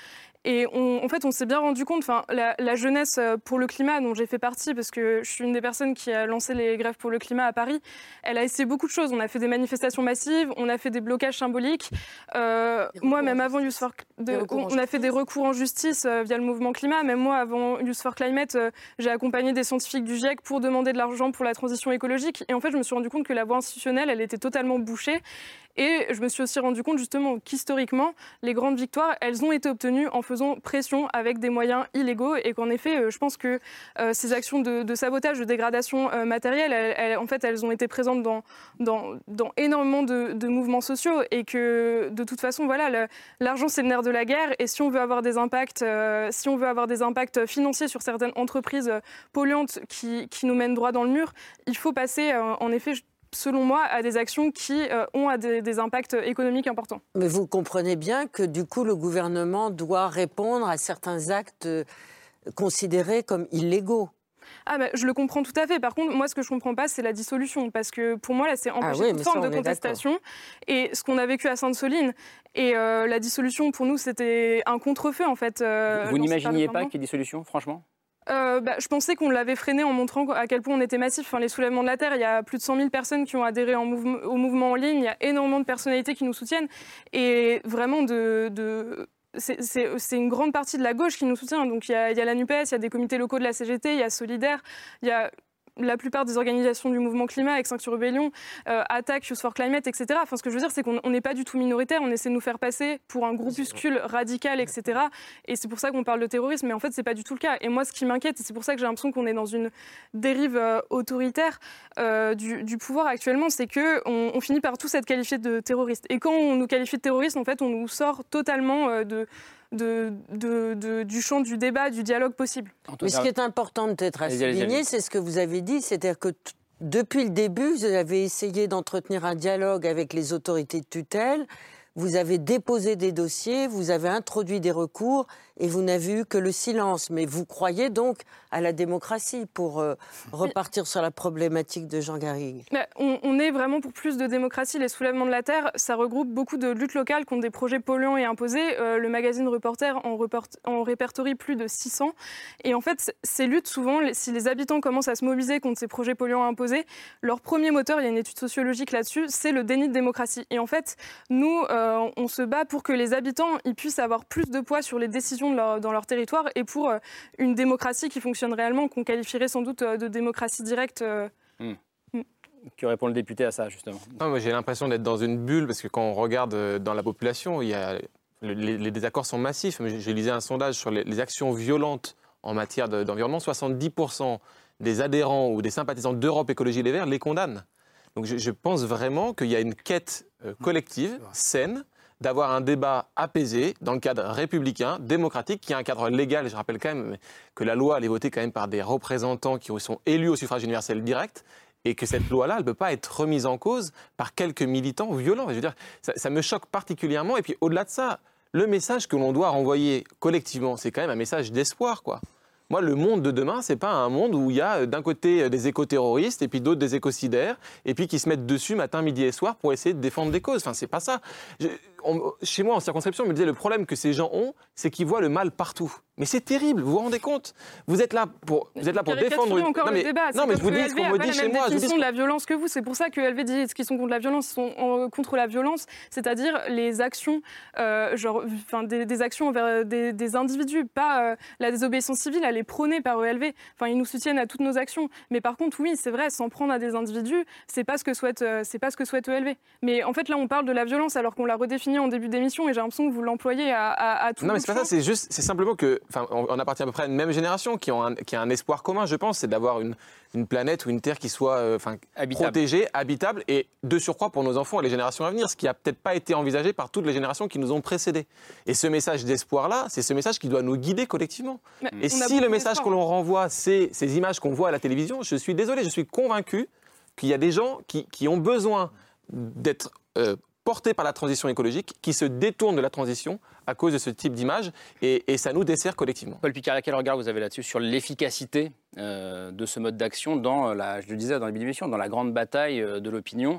Et en fait, on s'est bien rendu compte, la jeunesse pour le climat, dont j'ai fait partie, parce que je suis une des personnes qui a lancé les grèves pour le climat à Paris, elle a essayé beaucoup de choses. On a fait des manifestations massives, on a fait des blocages symboliques. Moi, même avant Youth for on a fait des recours en justice via le mouvement climat. Même moi, avant Youth for Climate, j'ai accompagné des scientifiques du GIEC pour demander de l'argent pour la transition écologique. Et en fait, je me suis rendu compte que la voie institutionnelle, elle était totalement bouchée. Et je me suis aussi rendu compte justement qu'historiquement, les grandes victoires, elles ont été obtenues en faisant pression avec des moyens illégaux et qu'en effet, je pense que ces actions de sabotage, de dégradation matérielle, elles ont été présentes dans énormément de mouvements sociaux et que de toute façon, voilà, l'argent c'est le nerf de la guerre et si on veut avoir des impacts, financiers sur certaines entreprises polluantes qui nous mènent droit dans le mur, il faut passer en effet, selon moi, à des actions qui ont des impacts économiques importants. Mais vous comprenez bien que du coup, le gouvernement doit répondre à certains actes considérés comme illégaux. Je le comprends tout à fait. Par contre, moi, ce que je ne comprends pas, c'est la dissolution. Parce que pour moi, là, c'est empêcher toute forme de contestation. Et ce qu'on a vécu à Sainte-Soline, et la dissolution, pour nous, c'était un contre-feu, en fait. Vous n'imaginiez pas qu'il y ait dissolution, franchement ? Je pensais qu'on l'avait freiné en montrant à quel point on était massif. Les soulèvements de la Terre, il y a plus de 100 000 personnes qui ont adhéré au mouvement en ligne. Il y a énormément de personnalités qui nous soutiennent. Et vraiment, c'est une grande partie de la gauche qui nous soutient. Donc il y a la NUPES, il y a des comités locaux de la CGT, il y a Solidaire, il y a la plupart des organisations du mouvement climat, Extinction Rebellion, Attaque, Youth for Climate, etc. Ce que je veux dire, c'est qu'on n'est pas du tout minoritaire. On essaie de nous faire passer pour un groupuscule radical, etc. Et c'est pour ça qu'on parle de terrorisme. Mais en fait, c'est pas du tout le cas. Et moi, ce qui m'inquiète, et c'est pour ça que j'ai l'impression qu'on est dans une dérive autoritaire du pouvoir actuellement, c'est qu'on finit par tous être qualifiés de terroristes. Et quand on nous qualifie de terroristes, en fait, on nous sort totalement du champ du débat, du dialogue possible. Mais ce qui est important peut-être à souligner, c'est ce que vous avez dit, c'est-à-dire que depuis le début, vous avez essayé d'entretenir un dialogue avec les autorités de tutelle, vous avez déposé des dossiers, vous avez introduit des recours et vous n'avez eu que le silence. Mais vous croyez donc à la démocratie pour repartir sur la problématique de Jean Garrigue. On est vraiment pour plus de démocratie. Les soulèvements de la Terre, ça regroupe beaucoup de luttes locales contre des projets polluants et imposés. Le magazine Reporter en répertorie plus de 600. Et en fait, ces luttes, souvent, si les habitants commencent à se mobiliser contre ces projets polluants imposés, leur premier moteur, il y a une étude sociologique là-dessus, c'est le déni de démocratie. Et en fait, nous, on se bat pour que les habitants ils puissent avoir plus de poids sur les décisions dans leur territoire et pour une démocratie qui fonctionne réellement, qu'on qualifierait sans doute de démocratie directe. Que répond le député à ça, justement? Moi, j'ai l'impression d'être dans une bulle, parce que quand on regarde dans la population, les désaccords sont massifs. J'ai lisé un sondage sur les actions violentes en matière d'environnement. 70% des adhérents ou des sympathisants d'Europe Écologie Les Verts les condamnent. Donc je pense vraiment qu'il y a une quête collective, saine, d'avoir un débat apaisé dans le cadre républicain, démocratique, qui a un cadre légal. Je rappelle quand même que la loi, elle est votée quand même par des représentants qui sont élus au suffrage universel direct, et que cette loi-là, elle ne peut pas être remise en cause par quelques militants violents. Je veux dire, ça me choque particulièrement. Et puis au-delà de ça, le message que l'on doit renvoyer collectivement, c'est quand même un message d'espoir, quoi. Moi, le monde de demain, c'est pas un monde où il y a d'un côté des éco-terroristes et puis d'autres des écocidaires et puis qui se mettent dessus matin, midi et soir pour essayer de défendre des causes. Enfin, c'est pas ça. Chez moi, en circonscription, on me disait le problème que ces gens ont, c'est qu'ils voient le mal partout. Mais c'est terrible, vous vous rendez compte? Vous êtes là pour défendre... Encore le débat. Non, mais je vous dis ce qu'on me dit chez moi. Ils sont de la violence que vous. C'est pour ça que LV dit qu'ils sont contre la violence. Ils sont contre la violence, c'est-à-dire les actions, des actions envers des individus, pas la désobéissance civile. Elle est prônée par ELV. Enfin, ils nous soutiennent à toutes nos actions. Mais par contre, oui, c'est vrai, s'en prendre à des individus, c'est pas ce que souhaite ELV. Mais en fait, là, on parle de la violence alors qu'on l'a redéfinie en début d'émission et j'ai l'impression que vous l'employez à tout. Non, mais c'est pas ça. C'est simplement que, on appartient à peu près à une même génération qui a un espoir commun, je pense, c'est d'avoir une planète ou une terre qui soit protégée, habitable et de surcroît pour nos enfants et les générations à venir, ce qui n'a peut-être pas été envisagé par toutes les générations qui nous ont précédés. Et ce message d'espoir-là, c'est ce message qui doit nous guider collectivement. Et si le message que l'on renvoie, c'est ces images qu'on voit à la télévision, je suis désolé, je suis convaincu qu'il y a des gens qui ont besoin d'être portés par la transition écologique, qui se détournent de la transition à cause de ce type d'image, et ça nous dessert collectivement. Paul Picard, quel regard vous avez là-dessus sur l'efficacité de ce mode d'action je le disais dans le début de l'émission, dans la grande bataille de l'opinion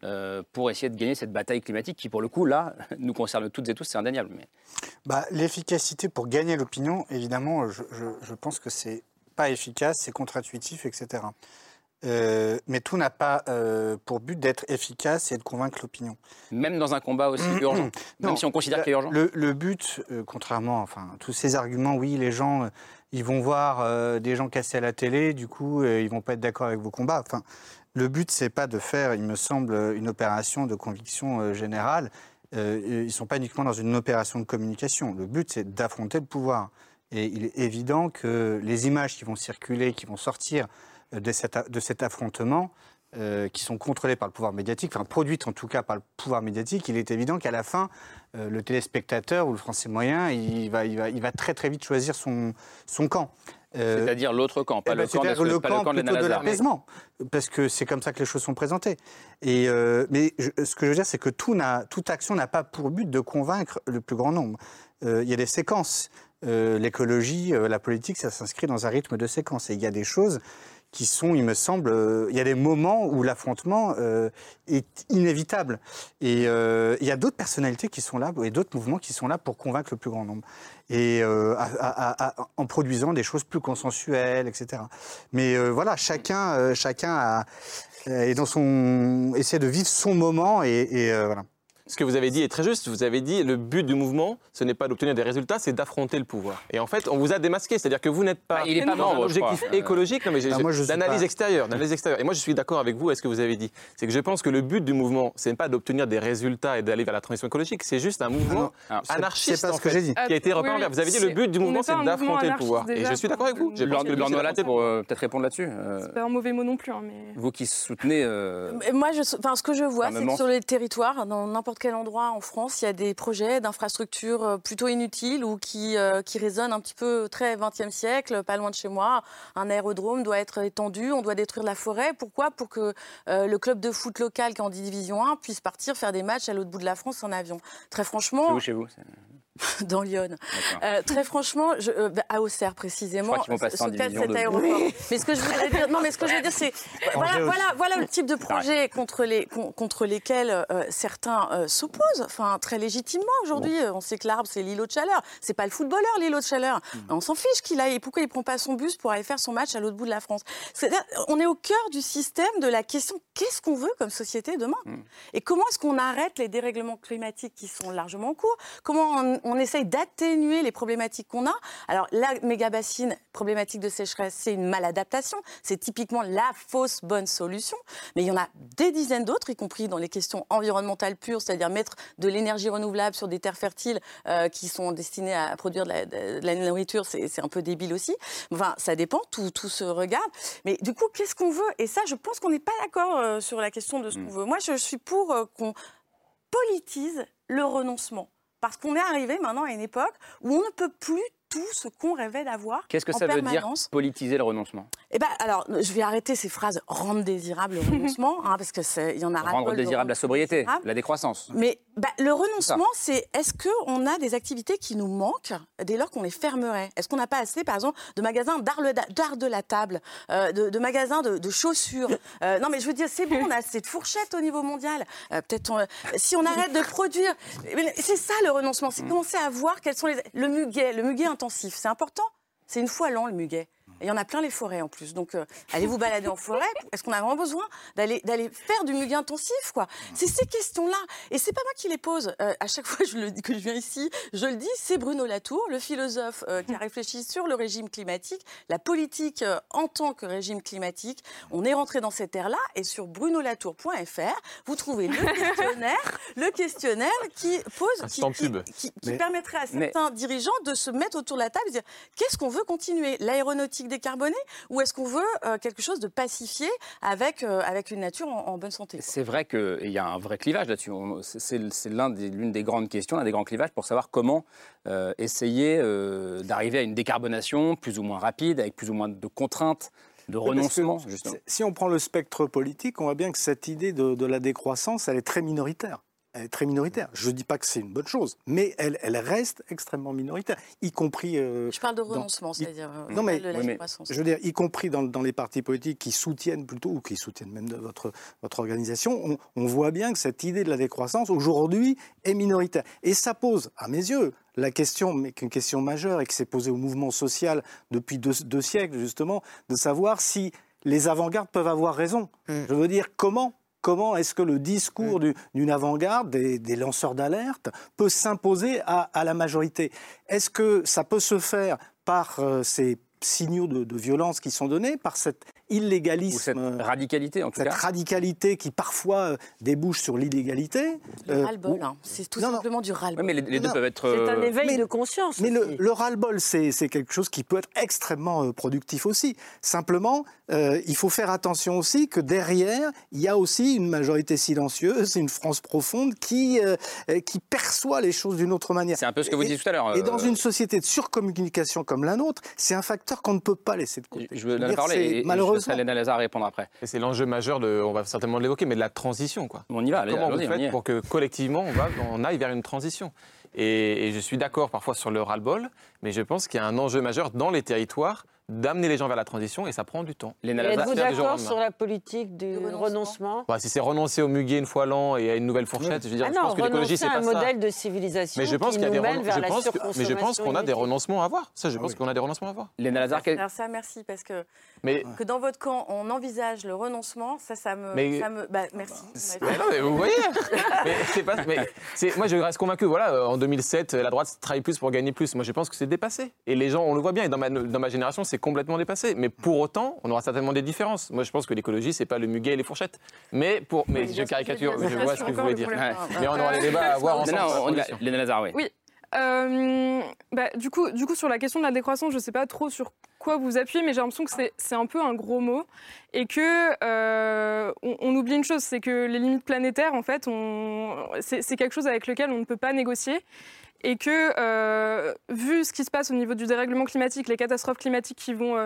pour essayer de gagner cette bataille climatique qui, pour le coup, là, nous concerne toutes et tous, c'est indéniable. Mais... L'efficacité pour gagner l'opinion, évidemment, je pense que c'est pas efficace, c'est contre-intuitif, etc. Mais tout n'a pas pour but d'être efficace et de convaincre l'opinion. Même dans un combat aussi urgent, même si on considère qu'il est urgent. Le but, contrairement, tous ces arguments, oui, les gens, ils vont voir des gens cassés à la télé, du coup, ils vont pas être d'accord avec vos combats. Le but, c'est pas de faire, il me semble, une opération de conviction générale. Ils ne sont pas uniquement dans une opération de communication. Le but, c'est d'affronter le pouvoir. Et il est évident que les images qui vont circuler, qui vont sortir de cet affrontement, qui sont contrôlées par le pouvoir médiatique, produites en tout cas par le pouvoir médiatique, il est évident qu'à la fin, le téléspectateur ou le Français moyen, il va très très vite choisir son camp. C'est-à-dire l'autre camp, pas le camp de l'apaisement, parce que c'est comme ça que les choses sont présentées. Mais ce que je veux dire, c'est que toute action n'a pas pour but de convaincre le plus grand nombre. Il y a des séquences. L'écologie, la politique, ça s'inscrit dans un rythme de séquence. Et il y a des choses qui sont, il me semble, il y a des moments où l'affrontement est inévitable. Et il y a d'autres personnalités qui sont là, et d'autres mouvements qui sont là pour convaincre le plus grand nombre. Et en produisant des choses plus consensuelles, etc. Mais voilà, chacun est dans essaie de vivre son moment et voilà. Ce que vous avez dit est très juste. Vous avez dit le but du mouvement, ce n'est pas d'obtenir des résultats, c'est d'affronter le pouvoir. Et en fait, on vous a démasqué, c'est-à-dire que vous n'êtes pas dans un objectif écologique, non, mais d'analyse extérieure. Et moi, je suis d'accord avec vous avec ce que vous avez dit. C'est que je pense que le but du mouvement, ce n'est pas d'obtenir des résultats et d'aller vers la transition écologique. C'est juste un mouvement anarchiste, c'est pas ce que j'ai dit. Qui a été repris en l'air. Vous avez dit le but du mouvement, c'est d'affronter le pouvoir. Et je suis d'accord avec vous. Bernard Laté pour peut-être répondre là-dessus. C'est pas un mauvais mot non plus. Mais... Vous qui soutenez. Moi, ce que je vois, c'est que sur les territoires, dans n'importe quel endroit en France, il y a des projets d'infrastructures plutôt inutiles ou qui résonnent un petit peu très 20e siècle, pas loin de chez moi. Un aérodrome doit être étendu, on doit détruire la forêt. Pourquoi ? Pour que le club de foot local qui est en division 1 puisse partir faire des matchs à l'autre bout de la France en avion. Très franchement... C'est où chez vous ? Dans Lyon. Très franchement, à Auxerre précisément. Je crois qu'ils vont passer en division 2. Mais ce que je voudrais dire, c'est voilà le type de projet contre lesquels certains s'opposent. Très légitimement aujourd'hui. On sait que l'Arbre, c'est l'îlot de chaleur. C'est pas le footballeur, l'îlot de chaleur. On s'en fiche qu'il aille. Pourquoi il prend pas son bus pour aller faire son match à l'autre bout de la France ? C'est-à-dire, on est au cœur du système de la question qu'est-ce qu'on veut comme société demain ? Et comment est-ce qu'on arrête les dérèglements climatiques qui sont largement en cours ? Comment on essaye d'atténuer les problématiques qu'on a. Alors, la méga-bassine, problématique de sécheresse, c'est une maladaptation. C'est typiquement la fausse bonne solution. Mais il y en a des dizaines d'autres, y compris dans les questions environnementales pures, c'est-à-dire mettre de l'énergie renouvelable sur des terres fertiles qui sont destinées à produire de la nourriture, c'est un peu débile aussi. Enfin, ça dépend, tout se regarde. Mais du coup, qu'est-ce qu'on veut ? Et ça, je pense qu'on n'est pas d'accord sur la question de ce qu'on veut. Moi, je suis pour qu'on politise le renoncement. Parce qu'on est arrivé maintenant à une époque où on ne peut plus tout ce qu'on rêvait d'avoir. Qu'est-ce que ça veut dire politiser le renoncement ? Alors, je vais arrêter ces phrases rendre désirable le renoncement, parce que y en a rendre désirable la sobriété, la décroissance. Mais le renoncement, c'est est-ce qu'on a des activités qui nous manquent dès lors qu'on les fermerait ? Est-ce qu'on n'a pas assez, par exemple, de magasins d'art de la table, de magasins de chaussures ? Non, mais je veux dire, c'est bon, on a assez de fourchettes au niveau mondial. Peut-être si on arrête de produire, c'est ça le renoncement, c'est commencer à voir quels sont le muguet intensif, c'est important. C'est une fois l'an le muguet. Et il y en a plein les forêts en plus. Donc, allez vous balader en forêt. Est-ce qu'on a vraiment besoin d'aller faire du muguet intensif, quoi ? C'est ces questions-là. Et c'est pas moi qui les pose. À chaque fois que je viens ici, je le dis, c'est Bruno Latour, le philosophe qui a réfléchi sur le régime climatique, la politique en tant que régime climatique. On est rentré dans cette ère-là. Et sur brunolatour.fr, vous trouvez le questionnaire qui pose, qui permettrait à certains dirigeants de se mettre autour de la table et dire qu'est-ce qu'on veut continuer ? L'aéronautique décarbonée ou est-ce qu'on veut quelque chose de pacifié avec une nature en bonne santé ? C'est vrai qu'il y a un vrai clivage là-dessus. C'est l'une des grandes questions, l'un des grands clivages pour savoir comment essayer d'arriver à une décarbonation plus ou moins rapide, avec plus ou moins de contraintes, de renoncement, justement. Si on prend le spectre politique, on voit bien que cette idée de la décroissance, elle est très minoritaire. Elle est très minoritaire. Je ne dis pas que c'est une bonne chose, mais elle reste extrêmement minoritaire, y compris... je parle de renoncement, c'est-à-dire non, mais, de la décroissance. Je veux dire, y compris dans les partis politiques qui soutiennent plutôt, ou qui soutiennent même de votre organisation, on voit bien que cette idée de la décroissance, aujourd'hui, est minoritaire. Et ça pose, à mes yeux, la question, mais qu'une question majeure et qui s'est posée au mouvement social depuis deux siècles, justement, de savoir si les avant-gardes peuvent avoir raison. Je veux dire, Comment est-ce que le discours d'une avant-garde, des lanceurs d'alerte, peut s'imposer à la majorité? Est-ce que ça peut se faire par ces signaux de violence qui sont donnés, par cet illégalisme... Ou cette radicalité, en tout cas. Cette radicalité qui, parfois, débouche sur l'illégalité. Le ras-le-bol, c'est tout simplement du ras-le-bol. Oui, mais les deux peuvent être... C'est un éveil de conscience. Mais le ras-le-bol, c'est quelque chose qui peut être extrêmement productif aussi. Simplement, il faut faire attention aussi que derrière, il y a aussi une majorité silencieuse, une France profonde qui perçoit les choses d'une autre manière. C'est un peu ce que vous disiez tout à l'heure. Et dans une société de surcommunication comme la nôtre, c'est un facteur qu'on ne peut pas laisser de côté. Je veux en parler, malheureusement. Je laisse Léna Lazare répondre après. Et c'est l'enjeu majeur, on va certainement l'évoquer, mais de la transition, quoi. On y va, Comment vous faites pour que collectivement, on aille vers une transition? Et je suis d'accord parfois sur le ras-le-bol, mais je pense qu'il y a un enjeu majeur dans les territoires d'amener les gens vers la transition, et ça prend du temps. Êtes-vous d'accord sur la politique du renoncement? Si c'est renoncer au muguet une fois l'an et à une nouvelle fourchette, je veux dire, je pense que l'écologie, c'est pas ça. renoncer à un modèle de civilisation qui nous mène vers la surconsommation. Mais je pense qu'on a des renoncements à avoir. Ça, je pense qu'on a des renoncements à avoir. Léna Lazare, alors ça, merci, parce que dans votre camp, on envisage le renoncement, ça me... merci. Non, mais vous voyez. Moi, je reste convaincu. Voilà, en 2007, la droite travaille plus pour gagner plus. Moi, je pense que c'est dépassé. Et les gens, on le voit bien. Et dans ma génération, c'est complètement dépassé. Mais pour autant, on aura certainement des différences. Moi, je pense que l'écologie, c'est pas le muguet et les fourchettes. Mais je caricature, je vois ce que vous voulez dire. Mais on aura des débats à avoir ensemble. Léna Lazare, oui. Du coup, sur la question de la décroissance, je ne sais pas trop sur quoi vous appuyez, mais j'ai l'impression que c'est un peu un gros mot et que on oublie une chose, c'est que les limites planétaires, en fait, c'est quelque chose avec lequel on ne peut pas négocier. Et que, vu ce qui se passe au niveau du dérèglement climatique, les catastrophes climatiques qui vont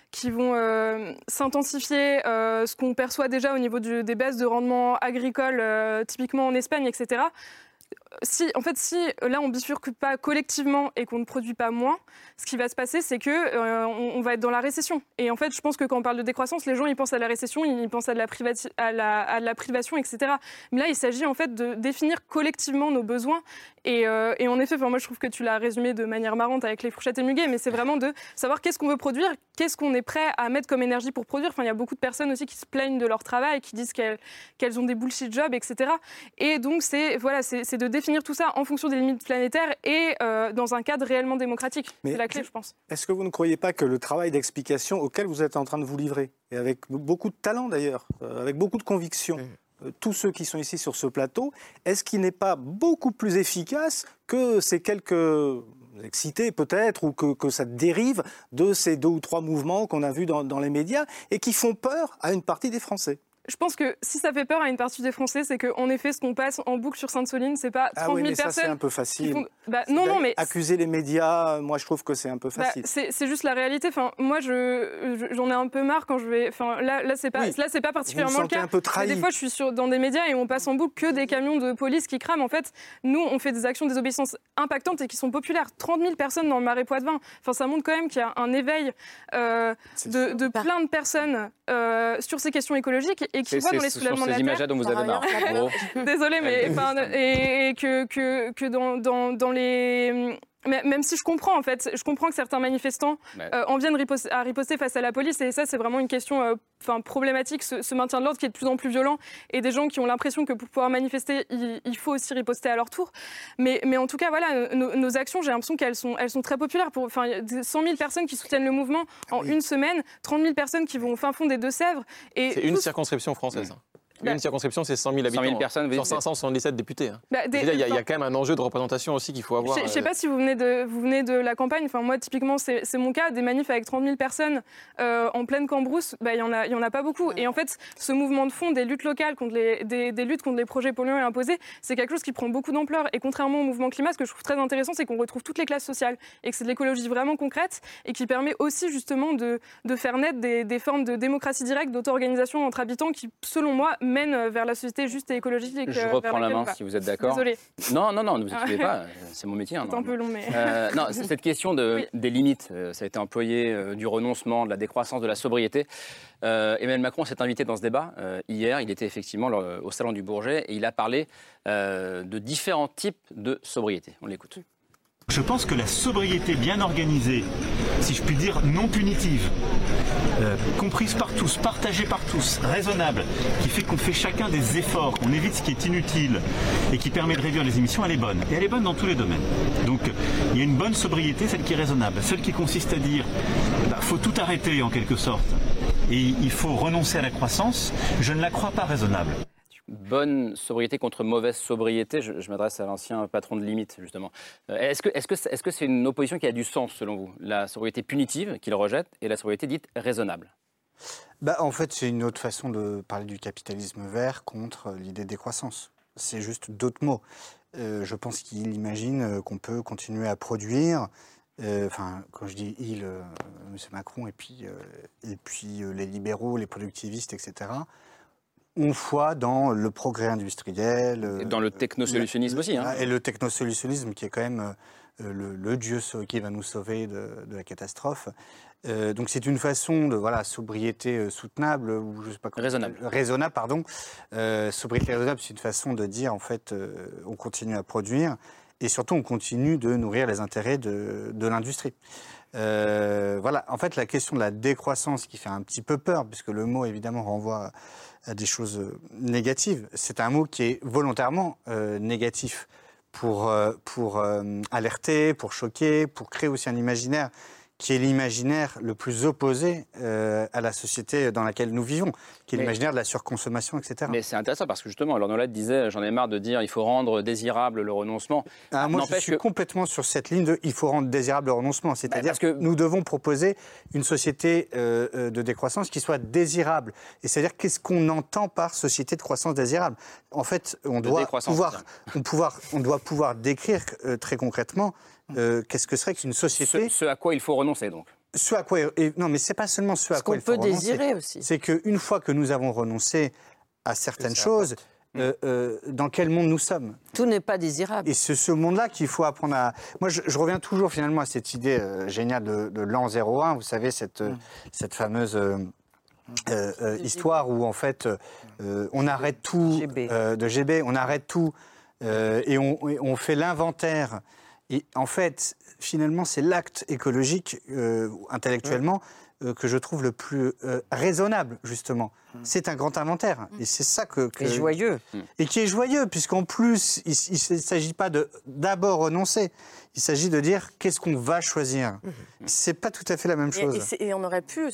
s'intensifier, ce qu'on perçoit déjà au niveau des baisses de rendement agricole, typiquement en Espagne, etc., si là on bifurque pas collectivement et qu'on ne produit pas moins, ce qui va se passer, c'est que on va être dans la récession. Et en fait, je pense que quand on parle de décroissance, les gens ils pensent à la récession, ils pensent à de la privation, etc. Mais là, il s'agit en fait de définir collectivement nos besoins. Et en effet, moi je trouve que tu l'as résumé de manière marrante avec les fourchettes et muguets, mais c'est vraiment de savoir qu'est-ce qu'on veut produire, qu'est-ce qu'on est prêt à mettre comme énergie pour produire. Enfin, il y a beaucoup de personnes aussi qui se plaignent de leur travail, qui disent qu'elles ont des bullshit jobs, etc. Et donc c'est de définir tout ça en fonction des limites planétaires et dans un cadre réellement démocratique. C'est la clé, je pense. Est-ce que vous ne croyez pas que le travail d'explication auquel vous êtes en train de vous livrer, et avec beaucoup de talent d'ailleurs, avec beaucoup de conviction, tous ceux qui sont ici sur ce plateau, est-ce qu'il n'est pas beaucoup plus efficace que ces quelques cités peut-être, ou que ça dérive de ces 2 ou 3 mouvements qu'on a vus dans les médias et qui font peur à une partie des Français? Je pense que si ça fait peur à une partie des Français, c'est qu'en effet, ce qu'on passe en boucle sur Sainte-Soline, c'est pas 30 000 personnes. Ça, c'est un peu facile. Non, mais accuser les médias, moi, je trouve que c'est un peu facile. C'est juste la réalité. Enfin, moi, j'en ai un peu marre quand je vais. Enfin, là, c'est pas particulièrement le cas. Un peu trahi. Mais des fois, je suis dans des médias et on passe en boucle que des camions de police qui crament. En fait, nous, on fait des actions de désobéissance impactantes et qui sont populaires. 30 000 personnes dans le Marais Poitevin. Enfin, ça montre quand même qu'il y a un éveil de plein de personnes sur ces questions écologiques. Et qui voit dans les soulèvements de la Terre. C'est ces images dont vous avez marre. Désolée, mais et que dans les... Même si je comprends, en fait, je comprends que certains manifestants en viennent à riposter face à la police, et ça, c'est vraiment une question problématique, ce maintien de l'ordre qui est de plus en plus violent, et des gens qui ont l'impression que pour pouvoir manifester, il faut aussi riposter à leur tour. Mais en tout cas, voilà, nos actions, j'ai l'impression qu'elles sont très populaires. Il y a 100 000 personnes qui soutiennent le mouvement en une semaine, 30 000 personnes qui vont au fin fond des Deux-Sèvres. C'est une circonscription française. Une circonscription, c'est 100 000 habitants. 100 000 personnes, sur 577 députés. Il y a quand même un enjeu de représentation aussi qu'il faut avoir. Je ne sais pas si vous venez de la campagne. Enfin, moi, typiquement, c'est mon cas. Des manifs avec 30 000 personnes en pleine Cambrousse, il y en a pas beaucoup. Et en fait, ce mouvement de fond des luttes locales, des luttes contre les projets polluants et imposés, c'est quelque chose qui prend beaucoup d'ampleur. Et contrairement au mouvement climat, ce que je trouve très intéressant, c'est qu'on retrouve toutes les classes sociales et que c'est de l'écologie vraiment concrète et qui permet aussi justement de faire naître des formes de démocratie directe, d'auto-organisation entre habitants qui, selon moi, mène vers la société juste et écologique. Je reprends la main si vous êtes d'accord. Désolée. Non, ne vous excusez pas, c'est mon métier. C'est un peu long, mais... non, cette question des limites, ça a été employé, du renoncement, de la décroissance, de la sobriété. Emmanuel Macron s'est invité dans ce débat hier. Il était effectivement au Salon du Bourget et il a parlé de différents types de sobriété. On l'écoute. Je pense que la sobriété bien organisée, si je puis dire non punitive, comprise par tous, partagée par tous, raisonnable, qui fait qu'on fait chacun des efforts, qu'on évite ce qui est inutile et qui permet de réduire les émissions, elle est bonne. Et elle est bonne dans tous les domaines. Donc il y a une bonne sobriété, celle qui est raisonnable, celle qui consiste à dire faut tout arrêter en quelque sorte et il faut renoncer à la croissance, je ne la crois pas raisonnable. Bonne sobriété contre mauvaise sobriété, je m'adresse à l'ancien patron de Limite, justement. Est-ce que c'est une opposition qui a du sens, selon vous? La sobriété punitive, qu'il rejette, et la sobriété dite raisonnable? En fait, c'est une autre façon de parler du capitalisme vert contre l'idée de décroissance. C'est juste d'autres mots. Je pense qu'il imagine qu'on peut continuer à produire, quand je dis il, M. Macron, et puis les libéraux, les productivistes, etc., on foi dans le progrès industriel. Et dans le technosolutionnisme aussi. Et le technosolutionnisme qui est quand même le dieu qui va nous sauver de la catastrophe. Donc c'est une façon de sobriété soutenable, ou je sais pas comment. Raisonnable, pardon. Sobriété raisonnable, c'est une façon de dire, en fait, on continue à produire et surtout on continue de nourrir les intérêts de l'industrie. En fait, la question de la décroissance qui fait un petit peu peur, puisque le mot évidemment renvoie à des choses négatives. C'est un mot qui est volontairement négatif pour alerter, pour choquer, pour créer aussi un imaginaire qui est l'imaginaire le plus opposé à la société dans laquelle nous vivons, qui est l'imaginaire de la surconsommation, etc. Mais c'est intéressant parce que justement, Laure Nolette disait, j'en ai marre de dire il faut rendre désirable le renoncement. Moi, je suis complètement sur cette ligne de il faut rendre désirable le renoncement. C'est-à-dire que nous devons proposer une société de décroissance qui soit désirable. Et c'est-à-dire qu'est-ce qu'on entend par société de croissance désirable? En fait, on doit pouvoir décrire très concrètement qu'est-ce que serait qu'une société... Ce à quoi il faut renoncer, donc. Non, mais ce n'est pas seulement ce à quoi il faut renoncer. Ce qu'on peut désirer aussi. C'est qu'une fois que nous avons renoncé à certaines choses, dans quel monde nous sommes? Tout n'est pas désirable. Et c'est ce monde-là qu'il faut apprendre à... Moi, je reviens toujours finalement à cette idée géniale de l'an 01, vous savez, cette fameuse... histoire où, en fait, on arrête tout, de GB, on arrête tout, et on fait l'inventaire. Et en fait, finalement, c'est l'acte écologique, intellectuellement, que je trouve le plus raisonnable, justement. C'est un grand inventaire. Et c'est ça Et joyeux. Et qui est joyeux, puisqu'en plus, il ne s'agit pas d'abord renoncer. Il s'agit de dire qu'est-ce qu'on va choisir. C'est pas tout à fait la même chose. Et on aurait pu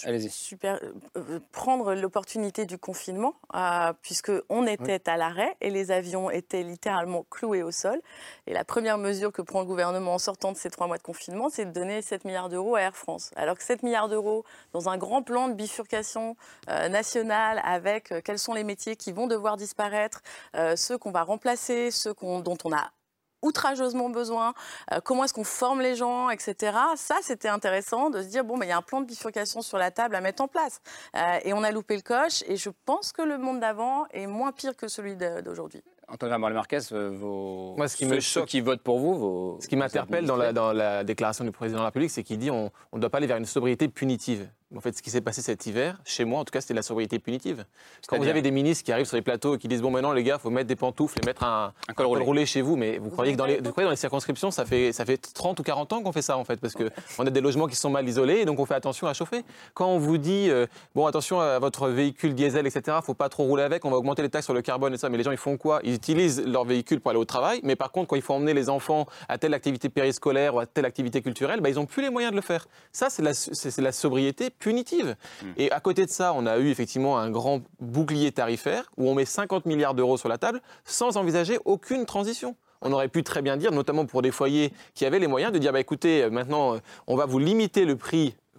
prendre l'opportunité du confinement, puisqu'on était à l'arrêt et les avions étaient littéralement cloués au sol. Et la première mesure que prend le gouvernement en sortant de ces 3 mois de confinement, c'est de donner 7 milliards d'euros à Air France. Alors que 7 milliards d'euros, dans un grand plan de bifurcation nationale, avec quels sont les métiers qui vont devoir disparaître, ceux qu'on va remplacer, ceux dont on a outrageusement besoin, comment est-ce qu'on forme les gens, etc. Ça, c'était intéressant de se dire, il y a un plan de bifurcation sur la table à mettre en place. Et on a loupé le coche, et je pense que le monde d'avant est moins pire que celui d'aujourd'hui. Antoine Vermeulen-Marquez, ceux qui votent pour vous... Ce qui m'interpelle dans la déclaration du président de la République, c'est qu'il dit on ne doit pas aller vers une sobriété punitive. En fait, ce qui s'est passé cet hiver, chez moi, en tout cas, c'était de la sobriété punitive. Quand vous avez des ministres qui arrivent sur les plateaux et qui disent maintenant, les gars, il faut mettre des pantoufles et mettre un col roulé chez vous. Mais vous croyez que dans les circonscriptions, ça fait 30 ou 40 ans qu'on fait ça, en fait, parce qu'on a des logements qui sont mal isolés et donc on fait attention à chauffer. Quand on vous dit, attention à votre véhicule diesel, etc., il ne faut pas trop rouler avec, on va augmenter les taxes sur le carbone et ça, mais les gens, ils font quoi? Ils utilisent leur véhicule pour aller au travail, mais par contre, quand il faut emmener les enfants à telle activité périscolaire ou à telle activité culturelle, ils n'ont plus les moyens de le faire. Ça, c'est la sobriété punitive. Et à côté de ça, on a eu effectivement un grand bouclier tarifaire où on met 50 milliards d'euros sur la table sans envisager aucune transition. On aurait pu très bien dire, notamment pour des foyers qui avaient les moyens, de dire écoutez, maintenant, on va vous limiter le prix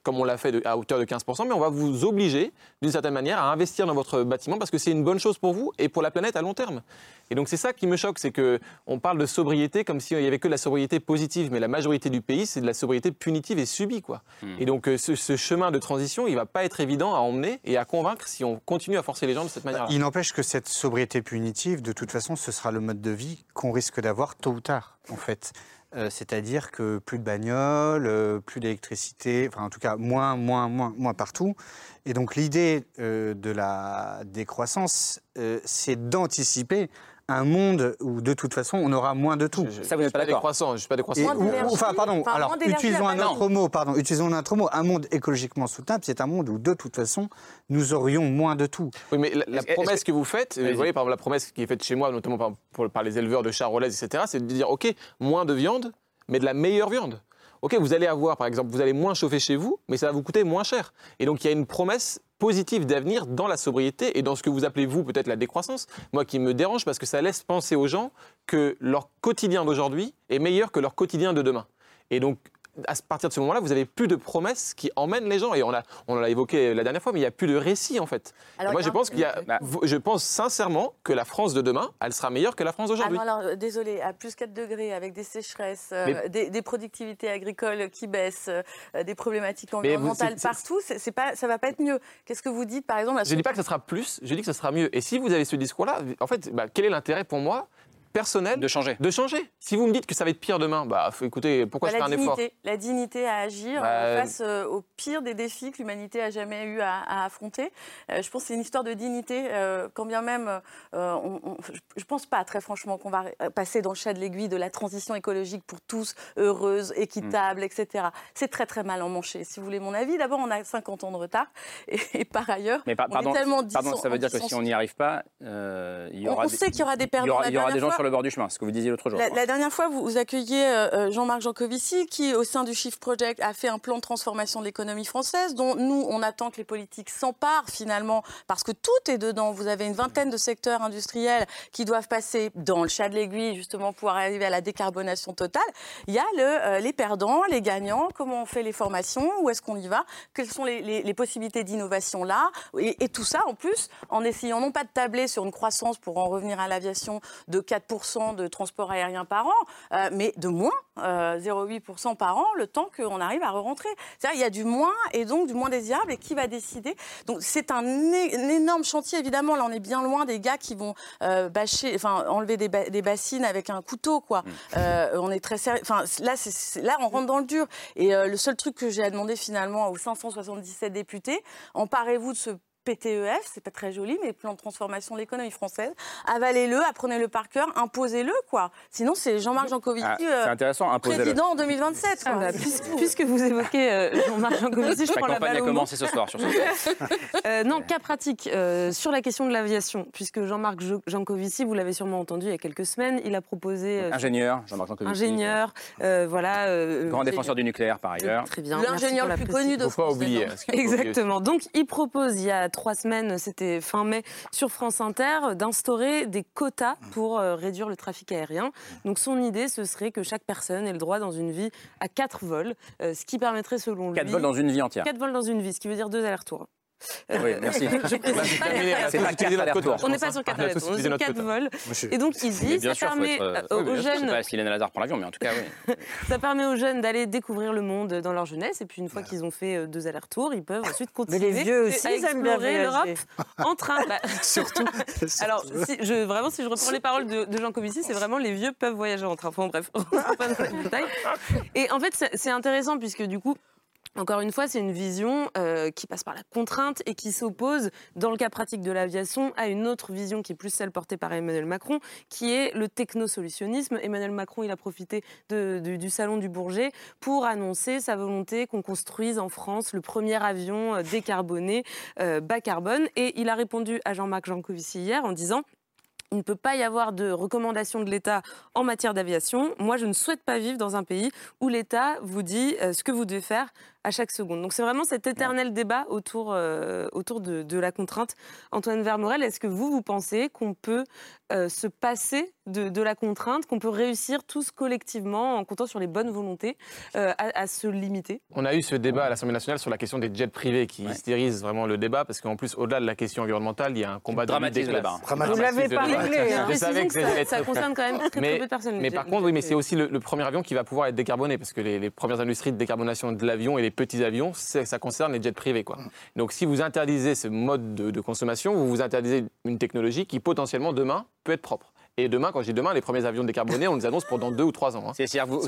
comme on l'a fait à hauteur de 15%, mais on va vous obliger, d'une certaine manière, à investir dans votre bâtiment parce que c'est une bonne chose pour vous et pour la planète à long terme. Et donc c'est ça qui me choque, c'est qu'on parle de sobriété comme s'il n'y avait que de la sobriété positive, mais la majorité du pays, c'est de la sobriété punitive et subie, quoi. Et donc ce chemin de transition, il ne va pas être évident à emmener et à convaincre si on continue à forcer les gens de cette manière-là. Il n'empêche que cette sobriété punitive, de toute façon, ce sera le mode de vie qu'on risque d'avoir tôt ou tard, en fait. C'est-à-dire que plus de bagnoles, plus d'électricité, enfin en tout cas moins partout. Et donc l'idée de la décroissance, c'est d'anticiper un monde où de toute façon on aura moins de tout. Ça, vous n'êtes pas d'accord? Je ne suis pas décroissant. Utilisons un autre mot. Un monde écologiquement soutenable, c'est un monde où de toute façon nous aurions moins de tout. Oui, mais la promesse que vous faites, vous voyez, par exemple, la promesse qui est faite chez moi, notamment par les éleveurs de charolaises, etc., c'est de dire, OK, moins de viande, mais de la meilleure viande. OK, vous allez avoir, par exemple, vous allez moins chauffer chez vous, mais ça va vous coûter moins cher. Et donc, il y a une promesse positive d'avenir dans la sobriété et dans ce que vous appelez, vous, peut-être la décroissance. Moi, qui me dérange parce que ça laisse penser aux gens que leur quotidien d'aujourd'hui est meilleur que leur quotidien de demain. Et donc, à partir de ce moment-là, vous n'avez plus de promesses qui emmènent les gens. Et on l'a évoqué la dernière fois, mais il n'y a plus de récit, en fait. Alors, moi, je pense sincèrement que la France de demain, elle sera meilleure que la France d'aujourd'hui. Alors, désolé, à plus 4 degrés, avec des sécheresses, des productivités agricoles qui baissent, des problématiques environnementales partout, ça ne va pas être mieux. Qu'est-ce que vous dites, par exemple? Je ne dis pas que ça sera plus, je dis que ça sera mieux. Et si vous avez ce discours-là, en fait, quel est l'intérêt pour moi personnel de changer. Si vous me dites que ça va être pire demain, écoutez, pourquoi je fais un effort? La dignité à agir face au pire des défis que l'humanité a jamais eu à affronter. Je pense que c'est une histoire de dignité, quand bien même, je pense pas très franchement qu'on va passer dans le chat de l'aiguille de la transition écologique pour tous, heureuse, équitable, etc. C'est très très mal emmanché. Si vous voulez mon avis, d'abord on a 50 ans de retard et par ailleurs, on est tellement ça veut dire que si on n'y arrive pas, on sait qu'il y aura des perdants. Il y aura des gens sur le bord du chemin, ce que vous disiez l'autre jour. La dernière fois, vous accueilliez Jean-Marc Jancovici, qui, au sein du Shift Project, a fait un plan de transformation de l'économie française, dont nous, on attend que les politiques s'emparent, finalement, parce que tout est dedans. Vous avez une vingtaine de secteurs industriels qui doivent passer dans le chat de l'aiguille, justement, pour arriver à la décarbonation totale. Il y a les perdants, les gagnants, comment on fait les formations, où est-ce qu'on y va, quelles sont les possibilités d'innovation là, et tout ça, en plus, en essayant non pas de tabler sur une croissance, pour en revenir à l'aviation, de 4% de transport aérien par an, mais de moins, 0,8% par an, le temps qu'on arrive à re-rentrer. C'est-à-dire qu'il y a du moins, et donc du moins désirable, et qui va décider? Donc c'est un énorme chantier, évidemment. Là, on est bien loin des gars qui vont enlever des bassines avec un couteau, quoi. On est très sérieux. Enfin, là, on rentre dans le dur. Et le seul truc que j'ai à demander, finalement, aux 577 députés, emparez-vous de ce PTEF, c'est pas très joli, mais plan de transformation de l'économie française. Avalez-le, apprenez-le par cœur, imposez-le, quoi. Sinon, c'est Jean-Marc Jancovici, c'est intéressant, président en 2027. Puisque vous évoquez Jean-Marc Jancovici, je prends la balle au mot. La campagne a commencé ce soir sur ce sujet. Non, cas pratique, sur la question de l'aviation, puisque Jean-Marc Jancovici, vous l'avez sûrement entendu il y a quelques semaines, il a proposé... ingénieur, Jean-Marc Jancovici. Ingénieur, grand défenseur du nucléaire, par ailleurs. Très bien. L'ingénieur le plus connu de France. Il ne faut pas oublier. Exactement. Donc, il propose, il y a 3 semaines, c'était fin mai, sur France Inter, d'instaurer des quotas pour réduire le trafic aérien. Donc son idée, ce serait que chaque personne ait le droit dans une vie à 4 vols, ce qui permettrait selon lui... 4 vols dans une vie entière. 4 vols dans une vie, ce qui veut dire 2 allers-retours. Oui, merci. On n'est pas sur 4 allers-retours, on est sur 4 vols. Et donc il dit, ça permet aux jeunes... Je ne sais pas si Hélène Hazard prend l'avion, mais en tout cas, oui. Ça permet aux jeunes d'aller découvre le monde dans leur jeunesse, et puis une fois qu'ils ont fait 2 allers-retours, ils peuvent ensuite continuer mais les vieux aussi, à explorer l'Europe en train. Surtout. Alors, si je reprends les paroles de Jancovici, c'est vraiment les vieux peuvent voyager en train. Enfin bref, on va pas dans les détails. Et en fait, c'est intéressant puisque du coup, encore une fois, c'est une vision qui passe par la contrainte et qui s'oppose, dans le cas pratique de l'aviation, à une autre vision qui est plus celle portée par Emmanuel Macron, qui est le technosolutionnisme. Emmanuel Macron, il a profité du salon du Bourget pour annoncer sa volonté qu'on construise en France le premier avion décarboné, bas carbone. Et il a répondu à Jean-Marc Jancovici hier en disant... Il ne peut pas y avoir de recommandations de l'État en matière d'aviation. Moi, je ne souhaite pas vivre dans un pays où l'État vous dit ce que vous devez faire à chaque seconde. Donc c'est vraiment cet éternel débat autour de la contrainte. Antoine Vermorel, est-ce que vous pensez qu'on peut se passer de la contrainte, qu'on peut réussir tous collectivement, en comptant sur les bonnes volontés, à se limiter. On a eu ce débat à l'Assemblée nationale sur la question des jets privés qui hystérise vraiment le débat, parce qu'en plus, au-delà de la question environnementale, il y a un combat dramatique de débat. Vous ne l'avez pas réglé. Je savais que ça concerne quand même très peu de personnes. Mais par contre, oui, mais c'est aussi le premier avion qui va pouvoir être décarboné, parce que les premières industries de décarbonation de l'avion et les petits avions, ça concerne les jets privés, quoi. Donc si vous interdisez ce mode de consommation, vous interdisez une technologie qui potentiellement demain peut être propre. Et demain, quand je dis demain, les premiers avions décarbonés, on les annonce pour dans 2 ou 3 ans. Hein. C'est-à-dire vous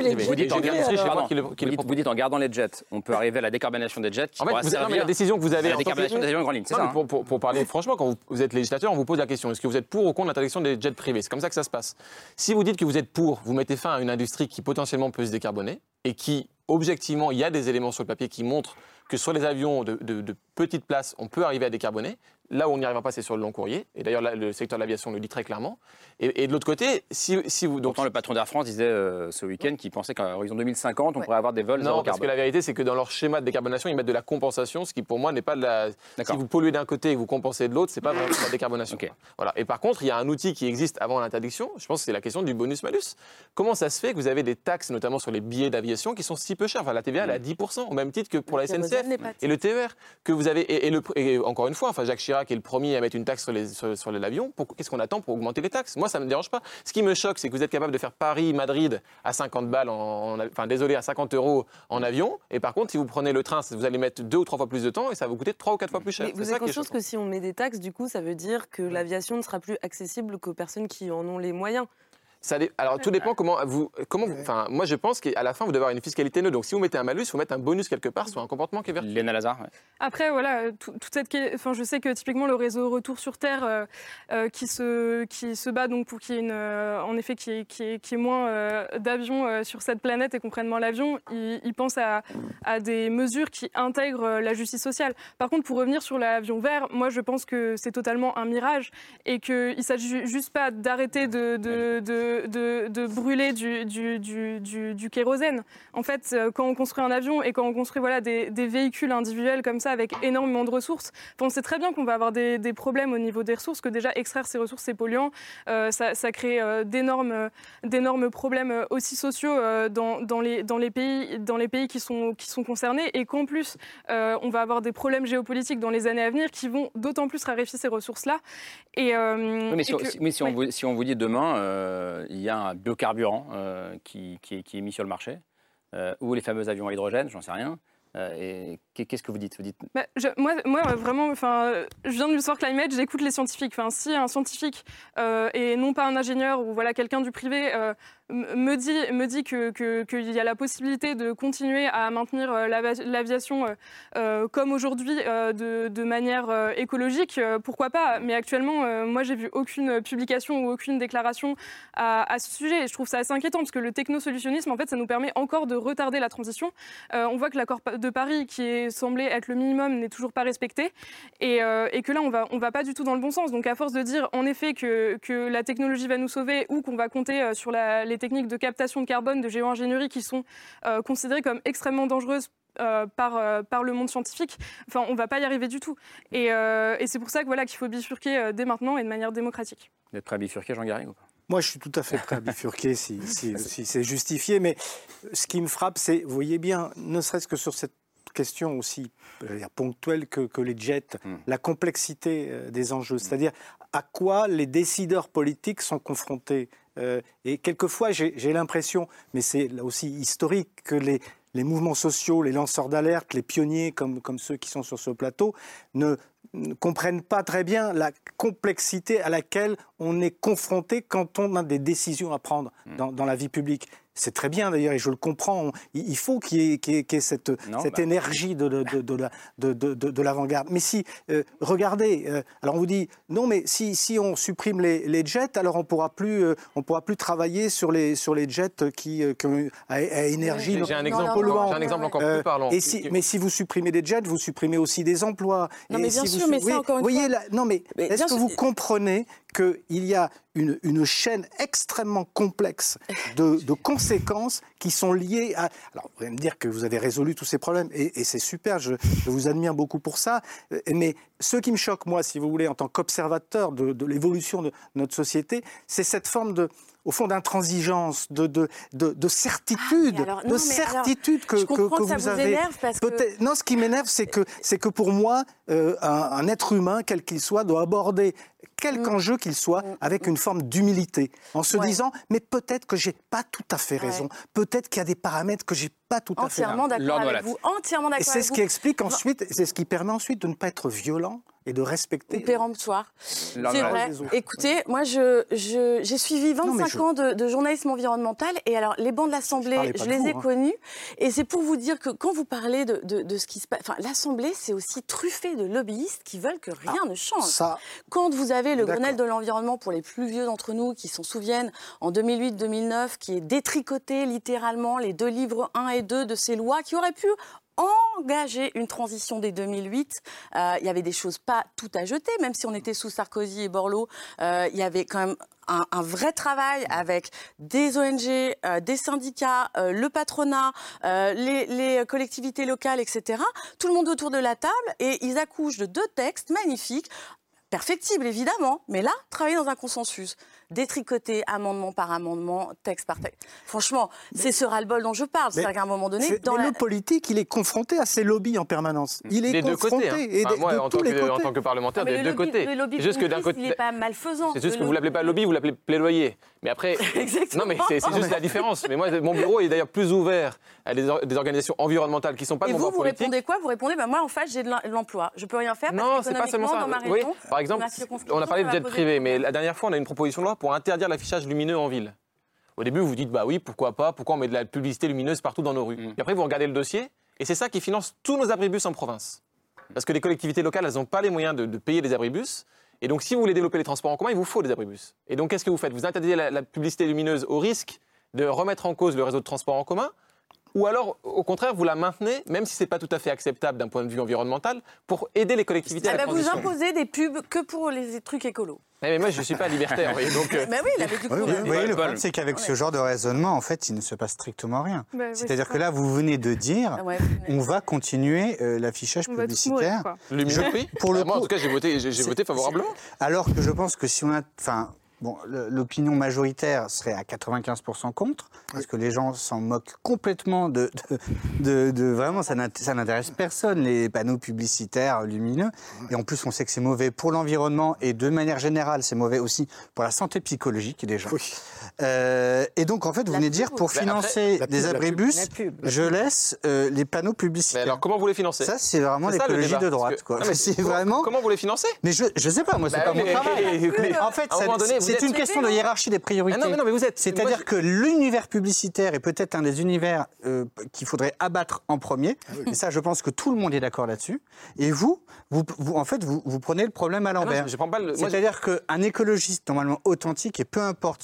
dites en gardant les jets, on peut arriver à la décarbonation des jets qui pourra servir la décision que vous avez à la décarbonation des avions en grande ligne. C'est ça, pour parler franchement, quand vous êtes législateur, on vous pose la question, est-ce que vous êtes pour ou contre l'interdiction des jets privés? C'est comme ça que ça se passe. Si vous dites que vous êtes pour, vous mettez fin à une industrie qui potentiellement peut se décarboner et qui, objectivement, il y a des éléments sur le papier qui montrent que sur les avions de petite place, on peut arriver à décarboner. Là où on n'y arrivera pas, c'est sur le long courrier. Et d'ailleurs, le secteur de l'aviation le dit très clairement. Et de l'autre côté, si vous... Pourtant, le patron d'Air France disait ce week-end qu'il pensait qu'à l'horizon 2050, on pourrait avoir des vols zéro carbone. Non, parce que la vérité, c'est que dans leur schéma de décarbonation, ils mettent de la compensation, ce qui, pour moi, n'est pas de la... Si vous polluez d'un côté et que vous compensez de l'autre, c'est pas vraiment de la décarbonation. Voilà. Et par contre, il y a un outil qui existe avant l'interdiction. Je pense que c'est la question du bonus-malus. Comment ça se fait que vous avez des taxes, notamment sur les billets d'aviation, qui sont si peu chers? Enfin, la TVA, elle est à 10%, au même titre que pour la SNCF et le TER. Que vous avez... Et encore une fois, Jacques Chirac est le premier à mettre une taxe sur l'avion. Qu'est-ce qu'on attend pour augmenter les taxes? Moi, ça ne me dérange pas. Ce qui me choque, c'est que vous êtes capable de faire Paris-Madrid à 50 balles, à 50 € en avion. Et par contre, si vous prenez le train, vous allez mettre 2 ou 3 fois plus de temps et ça va vous coûter 3 ou 4 fois plus cher. Mais vous avez conscience que si on met des taxes, du coup, ça veut dire que l'aviation ne sera plus accessible qu'aux personnes qui en ont les moyens? Alors, tout dépend comment vous... moi, je pense qu'à la fin, vous devez avoir une fiscalité neutre. Donc, si vous mettez un malus, il faut mettre un bonus quelque part sur un comportement qui est vertueux. Léna Lazare. Après, voilà, toute cette... je sais que typiquement, le réseau Retour sur Terre qui se bat donc pour qu'il y ait en effet, qu'il y ait moins d'avions sur cette planète et qu'on prenne moins l'avion, il pense à des mesures qui intègrent la justice sociale. Par contre, pour revenir sur l'avion vert, moi, je pense que c'est totalement un mirage et qu'il ne s'agit juste pas d'arrêter de brûler du kérosène. En fait, quand on construit un avion et quand on construit des véhicules individuels comme ça avec énormément de ressources, on sait très bien qu'on va avoir des problèmes au niveau des ressources, que déjà extraire ces ressources c'est polluant, ça crée d'énormes problèmes aussi sociaux dans les pays qui sont concernés et qu'en plus on va avoir des problèmes géopolitiques dans les années à venir qui vont d'autant plus raréfier ces ressources-là. Si on vous dit demain, il y a un biocarburant qui est mis sur le marché, ou les fameux avions à hydrogène, j'en sais rien. Et qu'est-ce que vous dites? Moi, vraiment, je viens de l'Histoire Climate, j'écoute les scientifiques. Si un scientifique, et non pas un ingénieur ou quelqu'un du privé, me dit qu'il y a la possibilité de continuer à maintenir l'aviation comme aujourd'hui de manière écologique, pourquoi pas? Mais actuellement, moi, j'ai vu aucune publication ou aucune déclaration à ce sujet. Et je trouve ça assez inquiétant parce que le technosolutionnisme, en fait, ça nous permet encore de retarder la transition. On voit que l'accord de Paris, qui est semblé être le minimum, n'est toujours pas respecté et que là, on va pas du tout dans le bon sens. Donc, à force de dire, en effet, que la technologie va nous sauver ou qu'on va compter sur les techniques de captation de carbone, de géo-ingénierie qui sont considérées comme extrêmement dangereuses par le monde scientifique, on ne va pas y arriver du tout. Et c'est pour ça qu'il faut bifurquer dès maintenant et de manière démocratique. Vous êtes prêt à bifurquer, Jean Garrigue, ou pas? Moi, je suis tout à fait prêt à bifurquer si c'est justifié. Mais ce qui me frappe, c'est, vous voyez bien, ne serait-ce que sur cette question aussi ponctuelle que les jets, la complexité des enjeux, c'est-à-dire à quoi les décideurs politiques sont confrontés. Et quelquefois, j'ai l'impression, mais c'est là aussi historique, que les mouvements sociaux, les lanceurs d'alerte, les pionniers comme ceux qui sont sur ce plateau, ne comprennent pas très bien la complexité à laquelle on est confronté quand on a des décisions à prendre dans la vie publique. C'est très bien d'ailleurs, et je le comprends. Il faut qu'il y ait cette énergie de l'avant-garde. Mais si, regardez, alors on vous dit, non mais si on supprime les jets, alors on pourra plus travailler sur les jets à énergie. J'ai un exemple encore plus parlant. Mais si vous supprimez des jets, vous supprimez aussi des emplois. Non, mais bien sûr, mais ça, encore une fois... Non, mais est-ce que vous comprenez qu'il y a une chaîne extrêmement complexe de conséquences qui sont liées à... Alors, vous allez me dire que vous avez résolu tous ces problèmes, et c'est super, je vous admire beaucoup pour ça, mais ce qui me choque, moi, si vous voulez, en tant qu'observateur de l'évolution de notre société, c'est cette forme au fond, d'intransigeance, de certitude, que vous avez. Non, ce qui m'énerve, c'est que pour moi, un être humain, quel qu'il soit, doit aborder quelque enjeu qu'il soit avec une forme d'humilité, en se disant, mais peut-être que j'ai pas tout à fait raison, peut-être qu'il y a des paramètres que j'ai pas tout à fait raison. Entièrement d'accord avec vous. Entièrement d'accord avec vous. Et c'est ce qui explique ensuite, c'est ce qui permet ensuite de ne pas être violent et de respecter. Ou péremptoire. C'est vrai. Écoutez, moi, j'ai suivi 25 ans de journalisme environnemental, et alors les bancs de l'Assemblée, je les ai connus, et c'est pour vous dire que quand vous parlez de ce qui se passe, l'Assemblée, c'est aussi truffé de lobbyistes qui veulent que rien ne change. Quand vous avez le Grenelle de l'environnement, pour les plus vieux d'entre nous qui s'en souviennent, en 2008-2009, qui est détricoté littéralement les 2 livres 1 et 2 de ces lois qui auraient pu engager une transition dès 2008. Il y avait des choses pas tout à jeter, même si on était sous Sarkozy et Borloo. Il y avait quand même un vrai travail avec des ONG, des syndicats, le patronat, les collectivités locales, etc. Tout le monde autour de la table, et ils accouchent de 2 textes magnifiques, perfectibles évidemment, mais là, travailler dans un consensus, détricoter amendement par amendement, texte par texte. Franchement, c'est ce ras-le-bol dont je parle. C'est-à-dire qu'à un moment donné... Le politique, il est confronté à ces lobbies en permanence. Il est confronté. Côtés, hein. Moi, en tant que parlementaire, des deux côtés. Le lobby il n'est pas malfaisant. C'est juste que vous ne l'appelez pas lobby, vous l'appelez plaidoyer. Mais après... Exactement. Non, mais c'est juste la différence. Mais moi, mon bureau est d'ailleurs plus ouvert à des organisations environnementales qui ne sont pas de mon bord politique. Et vous répondez quoi? Vous répondez, moi, en face, j'ai de l'emploi. Je ne peux rien faire parce que économiquement, dans ma région... Oui, par exemple, on a parlé de jet privé, mais la dernière fois, on a une proposition de loi pour interdire l'affichage lumineux en ville. Au début, vous vous dites, bah oui, pourquoi pas, pourquoi on met de la publicité lumineuse partout dans nos rues. Et après, vous regardez le dossier, et c'est ça qui finance tous nos abribus en province. Parce que les collectivités locales, elles n'ont pas les moyens de payer les abribus. Et donc, si vous voulez développer les transports en commun, il vous faut des abribus. Et donc, qu'est-ce que vous faites? Vous interdisez la publicité lumineuse au risque de remettre en cause le réseau de transport en commun, ou alors, au contraire, vous la maintenez, même si ce n'est pas tout à fait acceptable d'un point de vue environnemental, pour aider les collectivités à la transition. Vous imposez des pubs que pour les trucs écolos. Mais moi, je ne suis pas libertaire. Donc, mais oui, du coup, le problème, c'est qu'avec ce genre de raisonnement, en fait, il ne se passe strictement rien. C'est-à-dire que là, vous venez de dire, on va continuer l'affichage publicitaire. Pour le coup, en tout cas, j'ai voté favorablement. Alors que je pense que si on a... Bon, l'opinion majoritaire serait à 95% contre, parce que les gens s'en moquent complètement de vraiment, ça n'intéresse personne, les panneaux publicitaires lumineux. Et en plus, on sait que c'est mauvais pour l'environnement, et de manière générale, c'est mauvais aussi pour la santé psychologique des gens. Et donc, en fait, vous venez dire, pour financer des abribus, je laisse les panneaux publicitaires. Mais alors, comment vous les financez? Ça, c'est vraiment l'écologie de droite. Comment vous les financez? Mais je ne sais pas, moi, c'est pas mon travail. Mais en fait, c'est une question de hiérarchie des priorités. Non, mais vous êtes. C'est-à-dire que l'univers publicitaire est peut-être un des univers qu'il faudrait abattre en premier. Et ça, je pense que tout le monde est d'accord là-dessus. Et vous prenez le problème à l'envers. C'est-à-dire qu'un écologiste normalement authentique, et peu importe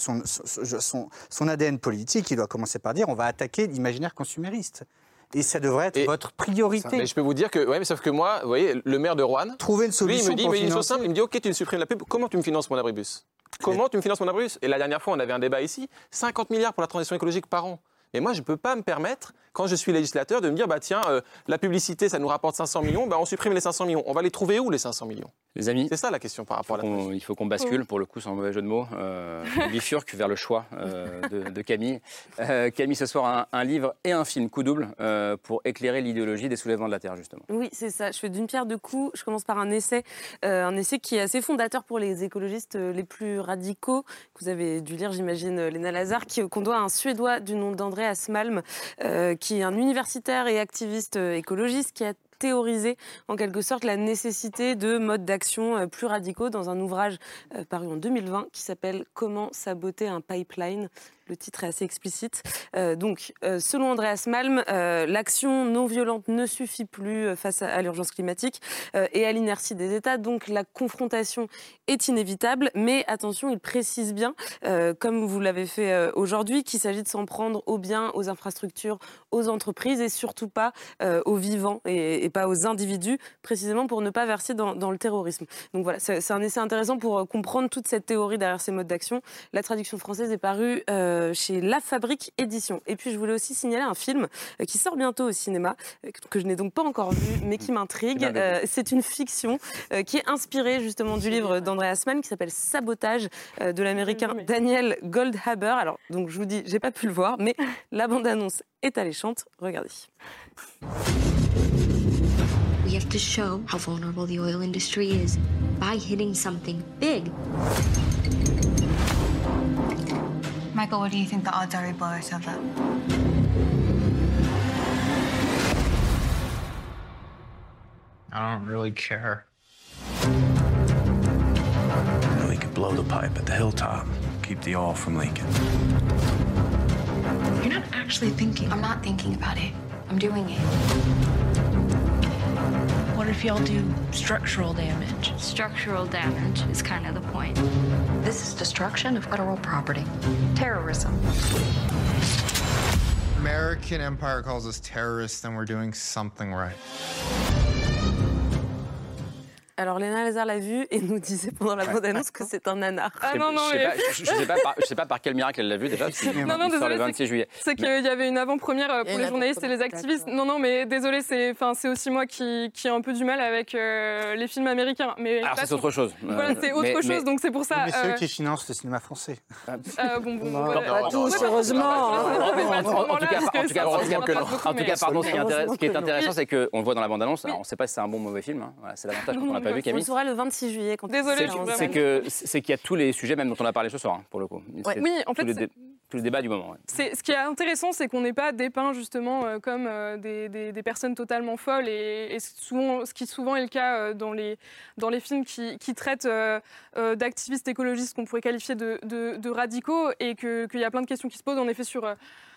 son ADN politique, il doit commencer par dire on va attaquer l'imaginaire consumériste. Et ça devrait être votre priorité. Mais je peux vous dire que, mais sauf que moi, vous voyez, le maire de Roanne, trouver une solution. Lui, il me dit une chose simple, il me dit ok, tu me supprimes la pub, comment tu me finances mon abribus? Comment tu me finances mon abribus? Et la dernière fois, on avait un débat ici, 50 milliards pour la transition écologique par an. Mais moi, je ne peux pas me permettre, quand je suis législateur, de me dire, la publicité, ça nous rapporte 500 millions, on supprime les 500 millions. On va les trouver où, les 500 millions? Les amis, c'est ça la question par rapport à la transition. Il faut qu'on bascule, pour le coup, sans mauvais jeu de mots, on bifurque vers le choix de Camille. Camille, ce soir, un livre et un film, coup double, pour éclairer l'idéologie des soulèvements de la Terre, justement. Oui, c'est ça. Je fais d'une pierre deux coups. Je commence par un essai qui est assez fondateur pour les écologistes les plus radicaux, que vous avez dû lire, j'imagine, Léna Lazare, qu'on doit à un Suédois du nom d'Andreas Malm, qui est un universitaire et activiste écologiste, qui a théoriser en quelque sorte la nécessité de modes d'action plus radicaux dans un ouvrage paru en 2020 qui s'appelle « Comment saboter un pipeline ». Le titre est assez explicite. Selon Andreas Malm, l'action non violente ne suffit plus face à l'urgence climatique et à l'inertie des États. Donc la confrontation est inévitable. Mais attention, il précise bien, comme vous l'avez fait aujourd'hui, qu'il s'agit de s'en prendre aux biens, aux infrastructures, aux entreprises et surtout pas aux vivants et pas aux individus, précisément pour ne pas verser dans le terrorisme. Donc voilà, c'est un essai intéressant pour comprendre toute cette théorie derrière ces modes d'action. La traduction française est parue chez La Fabrique Édition. Et puis je voulais aussi signaler un film qui sort bientôt au cinéma, que je n'ai donc pas encore vu, mais qui m'intrigue. C'est une fiction qui est inspirée justement du livre d'Andreas Malm qui s'appelle Sabotage de l'américain Daniel Goldhaber. Alors donc je vous dis, j'ai pas pu le voir, mais la bande-annonce est alléchante. Regardez. We have to show how vulnerable the oil industry is by hitting something big. Michael, what do you think the odds are we blow ourselves up? I don't really care. We could blow the pipe at the hilltop, keep the oil from leaking. You're not actually thinking. I'm not thinking about it. I'm doing it. What if y'all do structural damage? Structural damage is kind of the point. This is destruction of federal property. Terrorism. American empire calls us terrorists, then we're doing something right. Alors Léna Lazare l'a vu et nous disait pendant la bande-annonce que c'est un nanar. Je sais pas par quel miracle elle l'a vu déjà. Non, désolé, le 26 juillet. C'est qu'il y avait une avant-première pour les journalistes et les activistes. Non, mais désolé, c'est aussi moi qui ai un peu du mal avec les films américains. Mais alors c'est autre chose. Voilà, c'est autre chose, donc c'est pour ça. Mais c'est eux qui financent le cinéma français. Pas tous, heureusement. En tout cas, pardon, ce qui est intéressant, c'est qu'on le voit dans la bande-annonce. On ne sait pas si c'est un bon ou mauvais film. C'est l'avantage qu'on n'a pas vu, Camille. On le saura le 26 juillet. Désolée. C'est qu'il y a tous les sujets, même dont on a parlé ce soir, pour le coup. Oui, en fait, tous les débats du moment. Ce qui est intéressant, c'est qu'on n'est pas dépeint justement comme des personnes totalement folles et souvent, ce qui souvent est le cas dans les films qui traitent d'activistes écologistes qu'on pourrait qualifier de radicaux et qu'il y a plein de questions qui se posent en effet sur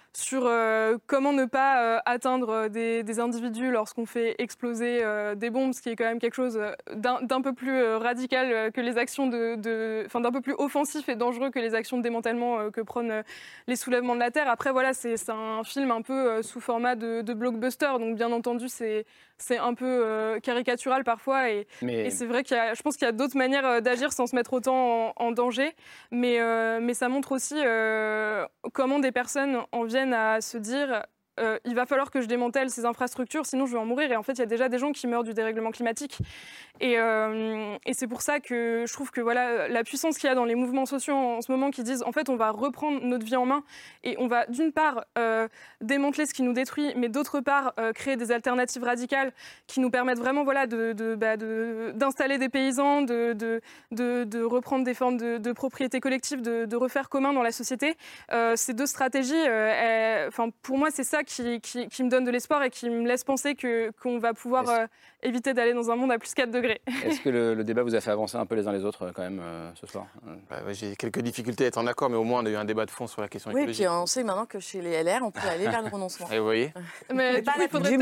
comment ne pas atteindre des individus lorsqu'on fait exploser des bombes, ce qui est quand même quelque chose d'un peu plus radical que les actions d'un peu plus offensif et dangereux que les actions de démantèlement que prônent les soulèvements de la Terre. Après, voilà, c'est un film un peu sous format de blockbuster, donc bien entendu, c'est un peu caricatural parfois et c'est vrai je pense qu'il y a d'autres manières d'agir sans se mettre autant en danger, mais ça montre aussi comment des personnes en viennent à se dire il va falloir que je démantèle ces infrastructures, sinon je vais en mourir. Et en fait, il y a déjà des gens qui meurent du dérèglement climatique. Et c'est pour ça que je trouve que voilà, la puissance qu'il y a dans les mouvements sociaux en ce moment qui disent en fait, on va reprendre notre vie en main et on va d'une part démanteler ce qui nous détruit, mais d'autre part créer des alternatives radicales qui nous permettent vraiment voilà, d'installer des paysans, de reprendre des formes de propriété collective, de refaire commun dans la société. Ces deux stratégies, pour moi, c'est ça qui me donne de l'espoir et qui me laisse penser qu'on va pouvoir éviter d'aller dans un monde à plus 4 degrés. Est-ce que le débat vous a fait avancer un peu les uns les autres quand même ce soir? J'ai quelques difficultés à être en accord, mais au moins on a eu un débat de fond sur la question écologique. Oui, puis on sait maintenant que chez les LR, on peut aller vers le renoncement. Et vous voyez mais pas il faudrait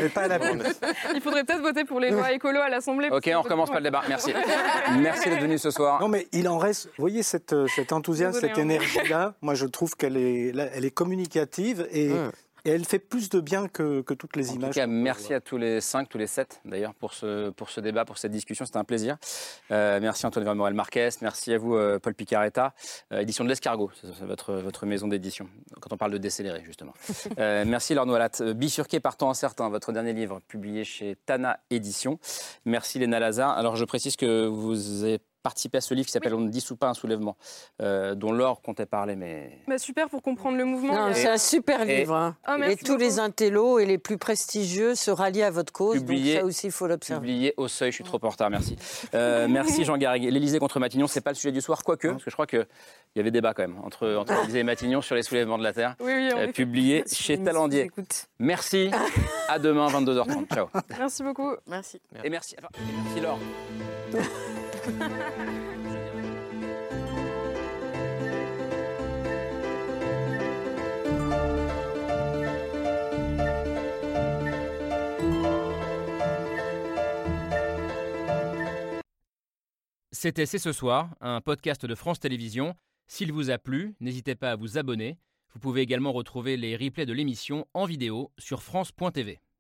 peut-être voter pour les lois écolo à l'Assemblée. Ok, on recommence pas le débat. Merci. Merci d'être venu ce soir. Non, mais il en reste... Vous voyez cet enthousiasme, cette énergie-là, moi je trouve qu'elle est communicative et elle fait plus de bien que toutes les images. En tout cas, merci à tous les 5, tous les 7 d'ailleurs pour ce débat, pour cette discussion, c'était un plaisir. Merci Antoine Vermorel-Marquez, merci à vous Paul Picaretta, édition de l'Escargot, c'est votre maison d'édition, quand on parle de décélérer justement. Merci Laure Noalat, Bifurqué par temps incertain, votre dernier livre publié chez Tana Édition. Merci Léna Lazare. Alors je précise que vous avez participé à ce livre qui s'appelle On ne dissout pas un soulèvement, dont Laure comptait parler. Mais... super pour comprendre le mouvement. C'est un super livre. Hein. Et tous les intellos et les plus prestigieux se rallient à votre cause, donc ça aussi il faut l'observer. Publié au Seuil, je suis trop en retard, merci. Merci Jean Garrigues. L'Élysée contre Matignon, c'est pas le sujet du soir, quoique, parce que je crois qu'il y avait débat quand même entre l'Élysée et Matignon sur les soulèvements de la Terre, publié chez Talandier. Merci, à demain 22h30, ciao. Merci beaucoup. Merci. Et merci Laure. C'était C'est ce soir, un podcast de France Télévisions. S'il vous a plu, n'hésitez pas à vous abonner. Vous pouvez également retrouver les replays de l'émission en vidéo sur France.tv.